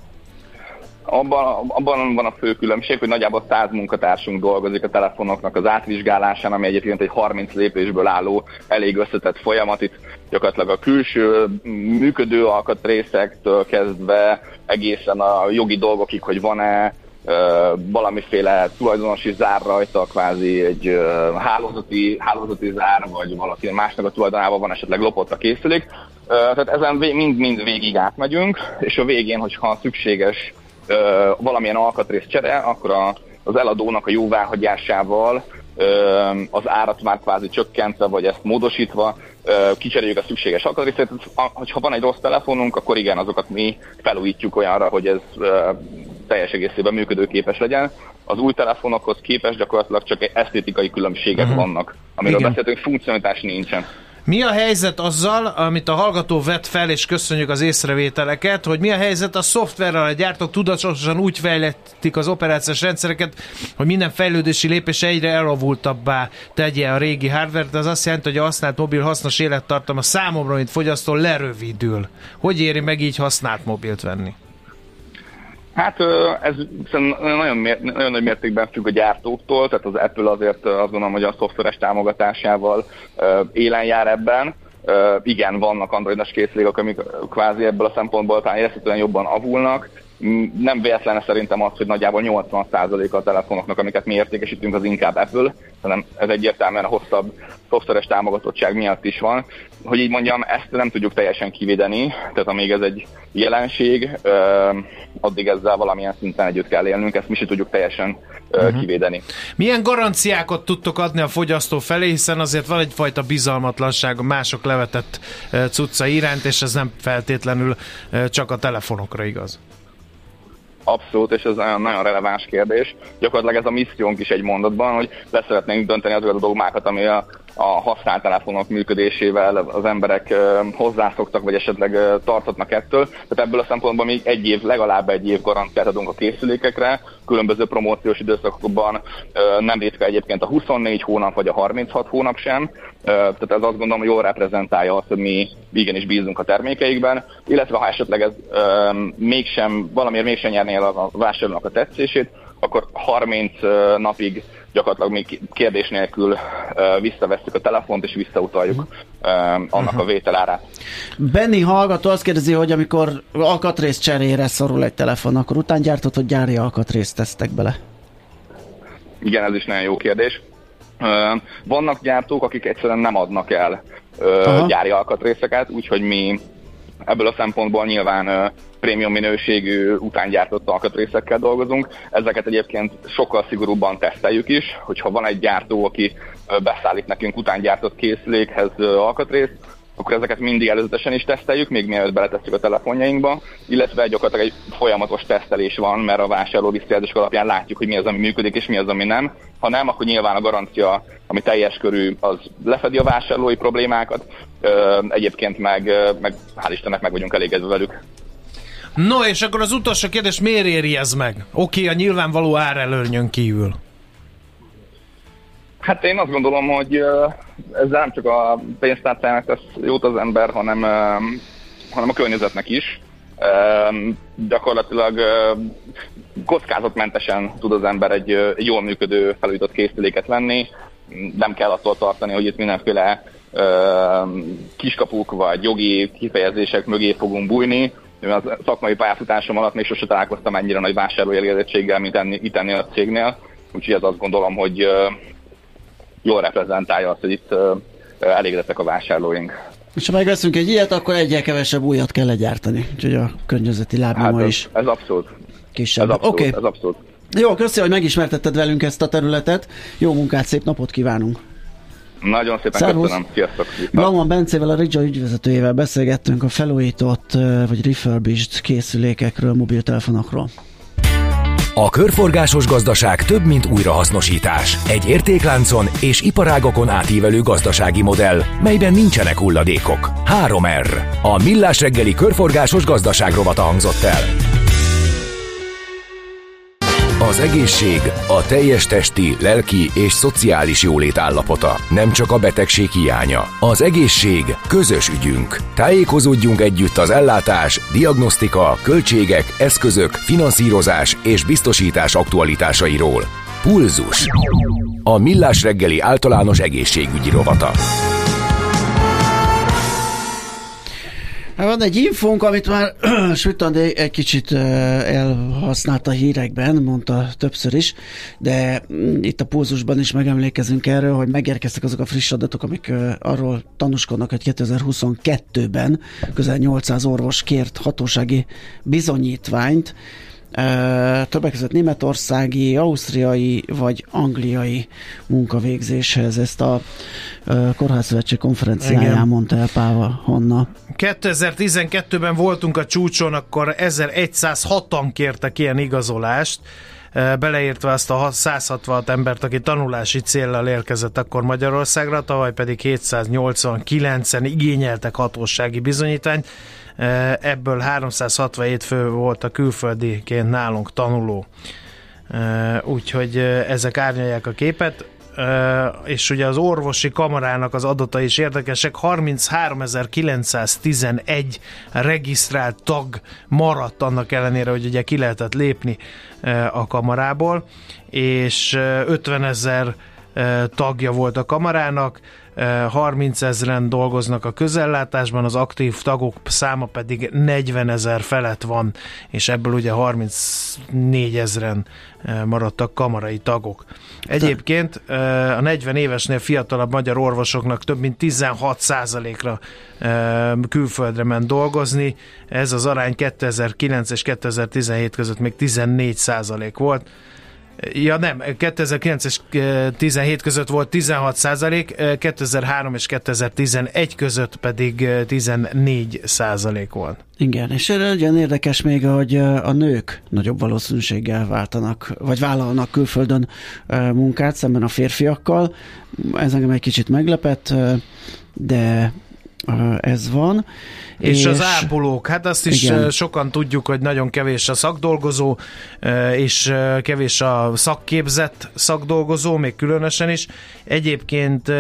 Abban, abban van a fő különbség, hogy nagyjából száz munkatársunk dolgozik a telefonoknak az átvizsgálásán, ami egyébként egy harminc lépésből álló elég összetett folyamat. Itt gyakorlatilag a külső működő alkatrészektől kezdve egészen a jogi dolgokig, hogy van-e uh, valamiféle tulajdonosi zár rajta, kvázi egy uh, hálózati, hálózati zár, vagy valaki másnak a tulajdonában van esetleg lopott a készülék. Uh, tehát ezen mind-mind végig átmegyünk, és a végén, hogyha szükséges Uh, valamilyen alkatrész csere, akkor a, az eladónak a jóváhagyásával uh, az árat már kvázi csökkentve, vagy ezt módosítva uh, kicseréljük a szükséges alkatrészet. Ha van egy rossz telefonunk, akkor igen, azokat mi felújítjuk olyanra, hogy ez uh, teljes egészében működőképes legyen. Az új telefonokhoz képest gyakorlatilag csak esztétikai különbségek uh-huh. vannak, amiről beszéltünk, funkcionalitás nincsen. Mi a helyzet azzal, amit a hallgató vett fel, és köszönjük az észrevételeket, hogy mi a helyzet a szoftverrel? A gyártók tudatosan úgy fejlették az operációs rendszereket, hogy minden fejlődési lépés egyre elavultabbá tegye a régi hardware-t. Ez azt jelenti, hogy a használt mobil hasznos élettartama számomra, mint fogyasztó, lerövidül. Hogy éri meg így használt mobilt venni? Hát ez nagyon, mér, nagyon nagy mértékben függ a gyártóktól, tehát az Apple azért azt gondolom, hogy a szoftveres támogatásával élen jár ebben. Igen, vannak androidos készülékek, amik kvázi ebből a szempontból talán érezhetően jobban avulnak, Nem véletlen szerintem az, hogy nagyjából nyolcvan százaléka a telefonoknak, amiket mi értékesítünk, az inkább Apple, hanem ez egyértelműen a hosszabb szoftveres támogatottság miatt is van. Hogy így mondjam, ezt nem tudjuk teljesen kivédeni, tehát amíg ez egy jelenség, addig ezzel valamilyen szinten együtt kell élnünk, ezt mi sem tudjuk teljesen uh-huh. kivédeni. Milyen garanciákat tudtok adni a fogyasztó felé, hiszen azért van egyfajta bizalmatlanság a mások levetett cucca iránt, és ez nem feltétlenül csak a telefonokra igaz. Abszolút, és ez nagyon, nagyon releváns kérdés. Gyakorlatilag ez a missziónk is egy mondatban, hogy leszeretnénk dönteni azokat a dogmákat, ami a, a használt telefonok működésével az emberek uh, hozzászoktak, vagy esetleg uh, tarthatnak ettől. Tehát ebből a szempontból még egy év, legalább egy év garanciát adunk a készülékekre, különböző promóciós időszakokban, uh, nem ritka egyébként a huszonnégy hónap, vagy a harminchat hónap sem. Uh, tehát ez azt gondolom, hogy jól reprezentálja azt, hogy mi igenis bízunk a termékeikben, illetve ha esetleg ez uh, mégsem, valamiért mégsem nyerné el a vásárlónak a tetszését, akkor harminc napig gyakorlatilag még kérdés nélkül visszavesszük a telefont, és visszautaljuk annak a vételárát. Benni hallgató azt kérdezi, hogy amikor alkatrész cserére szorul egy telefon, akkor utángyártott vagy gyári alkatrészt tesztek bele? Igen, ez is nagyon jó kérdés. Vannak gyártók, akik egyszerűen nem adnak el Aha. gyári alkatrészeket, úgyhogy mi ebből a szempontból nyilván prémium minőségű utángyártott alkatrészekkel dolgozunk. Ezeket egyébként sokkal szigorúbban teszteljük is, hogyha van egy gyártó, aki beszállít nekünk utángyártott készülékhez alkatrészt, akkor ezeket mindig előzetesen is teszteljük, még mielőtt beletesszük a telefonjainkba, illetve gyakorlatilag egy folyamatos tesztelés van, mert a vásárló visszajelzések alapján látjuk, hogy mi az, ami működik, és mi az, ami nem. Ha nem, akkor nyilván a garancia, ami teljes körű, az lefedi a vásárlói problémákat, egyébként meg, meg hál' Istennek meg vagyunk elégedve velük. No, és akkor az utolsó kérdés, miért éri ez meg? Oké, okay, a nyilvánvaló árelőnyön kívül. Hát én azt gondolom, hogy ez nem csak a pénztárcának tesz jót az ember, hanem, hanem a környezetnek is. Gyakorlatilag kockázatmentesen tud az ember egy, egy jól működő felújított készüléket venni. Nem kell attól tartani, hogy itt mindenféle kiskapuk vagy jogi kifejezések mögé fogunk bújni. A szakmai pályafutásom alatt még sose találkoztam ennyire nagy vásárlói elégedettséggel, mint enni, itt ennél a cégnél. Úgyhogy ez azt gondolom, hogy jól reprezentálja azt, hogy itt elégedettek a vásárlóink. És ha megveszünk egy ilyet, akkor egyel kevesebb újat kell legyártani. Úgyhogy a környezeti lábnyoma hát ez, is ez abszolút. Kisebb. Ez abszolút, okay. ez abszolút. Jó, köszi, hogy megismertetted velünk ezt a területet. Jó munkát, szép napot kívánunk! Nagyon szépen Szervusz. köszönöm. Sziasztok! Bauman Bencével, a Ridge ügyvezetőjével beszélgettünk a felújított vagy refurbished készülékekről, mobiltelefonokról. A körforgásos gazdaság több, mint újrahasznosítás. Egy értékláncon és iparágokon átívelő gazdasági modell, melyben nincsenek hulladékok. három er. A Millás reggeli körforgásos gazdaság rovata hangzott el. Az egészség a teljes testi, lelki és szociális jólét állapota, nem csak a betegség hiánya. Az egészség közös ügyünk. Tájékozódjunk együtt az ellátás, diagnosztika, költségek, eszközök, finanszírozás és biztosítás aktualitásairól. Pulzus. A Millás reggeli általános egészségügyi rovata. Van egy infónk, amit már Sütandé egy kicsit elhasznált a hírekben, mondta többször is, de itt a Pulzusban is megemlékezünk erről, hogy megérkeztek azok a friss adatok, amik arról tanúskodnak, hogy kétezer-huszonkettőben közel nyolcszáz orvos kért hatósági bizonyítványt, többek között németországi, ausztriai vagy angliai munkavégzéshez. Ezt a Kórházszövetség konferenciáján Igen. mondta el Páva Honna. kétezer-tizenkettőben voltunk a csúcson, akkor ezerszázhatan kértek ilyen igazolást, beleértve azt a száz hatvanhat embert, aki tanulási céllal érkezett akkor Magyarországra, tavaly pedig hétszáznyolcvankilencen igényeltek hatósági bizonyítványt. Ebből háromszázhatvanhét fő volt a külföldiként nálunk tanuló. Úgyhogy ezek árnyalják a képet, és ugye az orvosi kamarának az adatai is érdekesek. harmincháromezer-kilencszáztizenegy regisztrált tag maradt, annak ellenére, hogy ugye ki lehetett lépni a kamarából, és ötvenezer tagja volt a kamarának, harmincezren dolgoznak a közellátásban, az aktív tagok száma pedig negyvenezer felett van, és ebből ugye harmincnégyezren maradtak kamarai tagok. Egyébként a negyven évesnél fiatalabb magyar orvosoknak több mint tizenhat százalékra külföldre ment dolgozni, ez az arány kétezer-kilenc és kétezer-tizenhét között még tizennégy százalék volt. Ja nem, kétezer-kilenc és tizenhét között volt tizenhat százalék, kétezer-három és kétezer-tizenegy között pedig tizennégy százalék volt. Igen, és nagyon érdekes még, hogy a nők nagyobb valószínűséggel váltanak, vagy vállalnak külföldön munkát szemben a férfiakkal. Ez engem egy kicsit meglepett, de ez van. És, és az ápolók, hát azt is igen. Sokan tudjuk, hogy nagyon kevés a szakdolgozó, és kevés a szakképzett szakdolgozó, még különösen is. Egyébként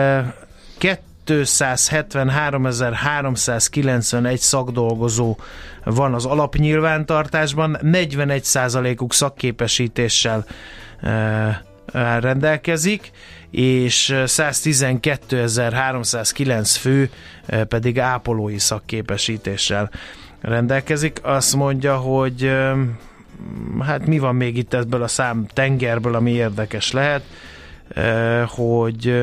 kétszázhetvenháromezer-háromszázkilencvenegy szakdolgozó van az alapnyilvántartásban, negyvenegy százalékuk szakképesítéssel rendelkezik, és száztizenkétezer-háromszázkilenc fő pedig ápolói szakképesítéssel rendelkezik. Azt mondja, hogy hát mi van még itt ebből a szám tengerből, ami érdekes lehet, hogy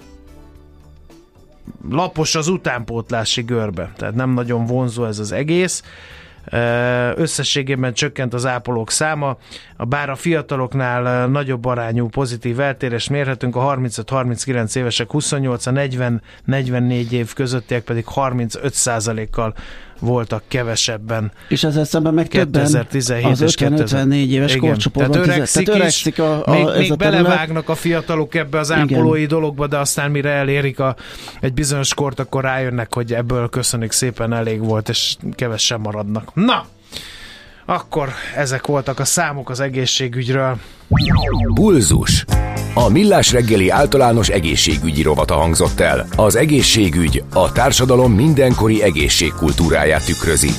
lapos az utánpótlási görbe, tehát nem nagyon vonzó ez az egész. Összességében csökkent az ápolók száma, bár a fiataloknál nagyobb arányú pozitív eltérés mérhetünk, a harmincöt-harminckilenc évesek huszonnyolc, a negyven-negyvennégy év közöttiek pedig harmincöt százalékkal voltak kevesebben. És ezzel szemben meg többen az ötven-ötvennégy éves korcsoportban. Tehát öregszik, tehát öregszik is, a, a, még, még belevágnak a fiatalok ebbe az ápolói igen. dologba, de aztán mire elérik a, egy bizonyos kort, akkor rájönnek, hogy ebből köszönjük szépen elég volt, és kevesen maradnak. Na! Akkor ezek voltak a számok az egészségügyről. Pulzus. A Millás reggeli általános egészségügyi rovata hangzott el. Az egészségügy a társadalom mindenkori egészségkultúráját tükrözi.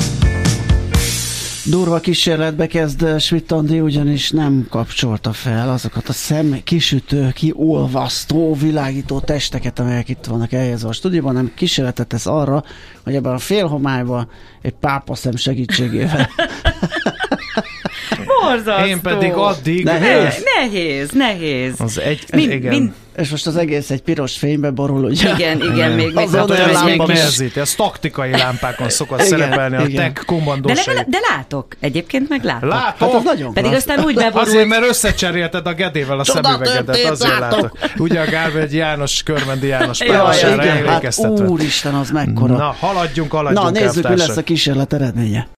Durva kísérletbe kezd Schmidt Andi, ugyanis nem kapcsolta fel azokat a szem kisütő, kiolvasztó, világító testeket, amelyek itt vannak elhelyezve a stúdióban, hanem kísérletet tesz arra, hogy ebben a félhomályban egy pápaszem segítségével borzasztó. Én pedig addig... Nehéz, nehéz. nehéz. Az egy, Min, igen. Min, és most az egész egy piros fénybe borul, ugye? Igen, igen, még meg az olyan lámpa is. Ez taktikai lámpákon szokott igen, szerepelni igen. a tech kommandósai. De, de látok, egyébként meg látok. Látok? Hát az nagyon pedig klassz. aztán úgy beborult. Azért, mert összecserélted a Gedével a szemüvegedet, azért látok. Ugye a Gálvegy János, Körmendi János pályására emlékeztetve. Hát úristen, az mekkora. Na, haladjunk, haladjunk. Na, nézzük, mi lesz a kísérlet eredménye.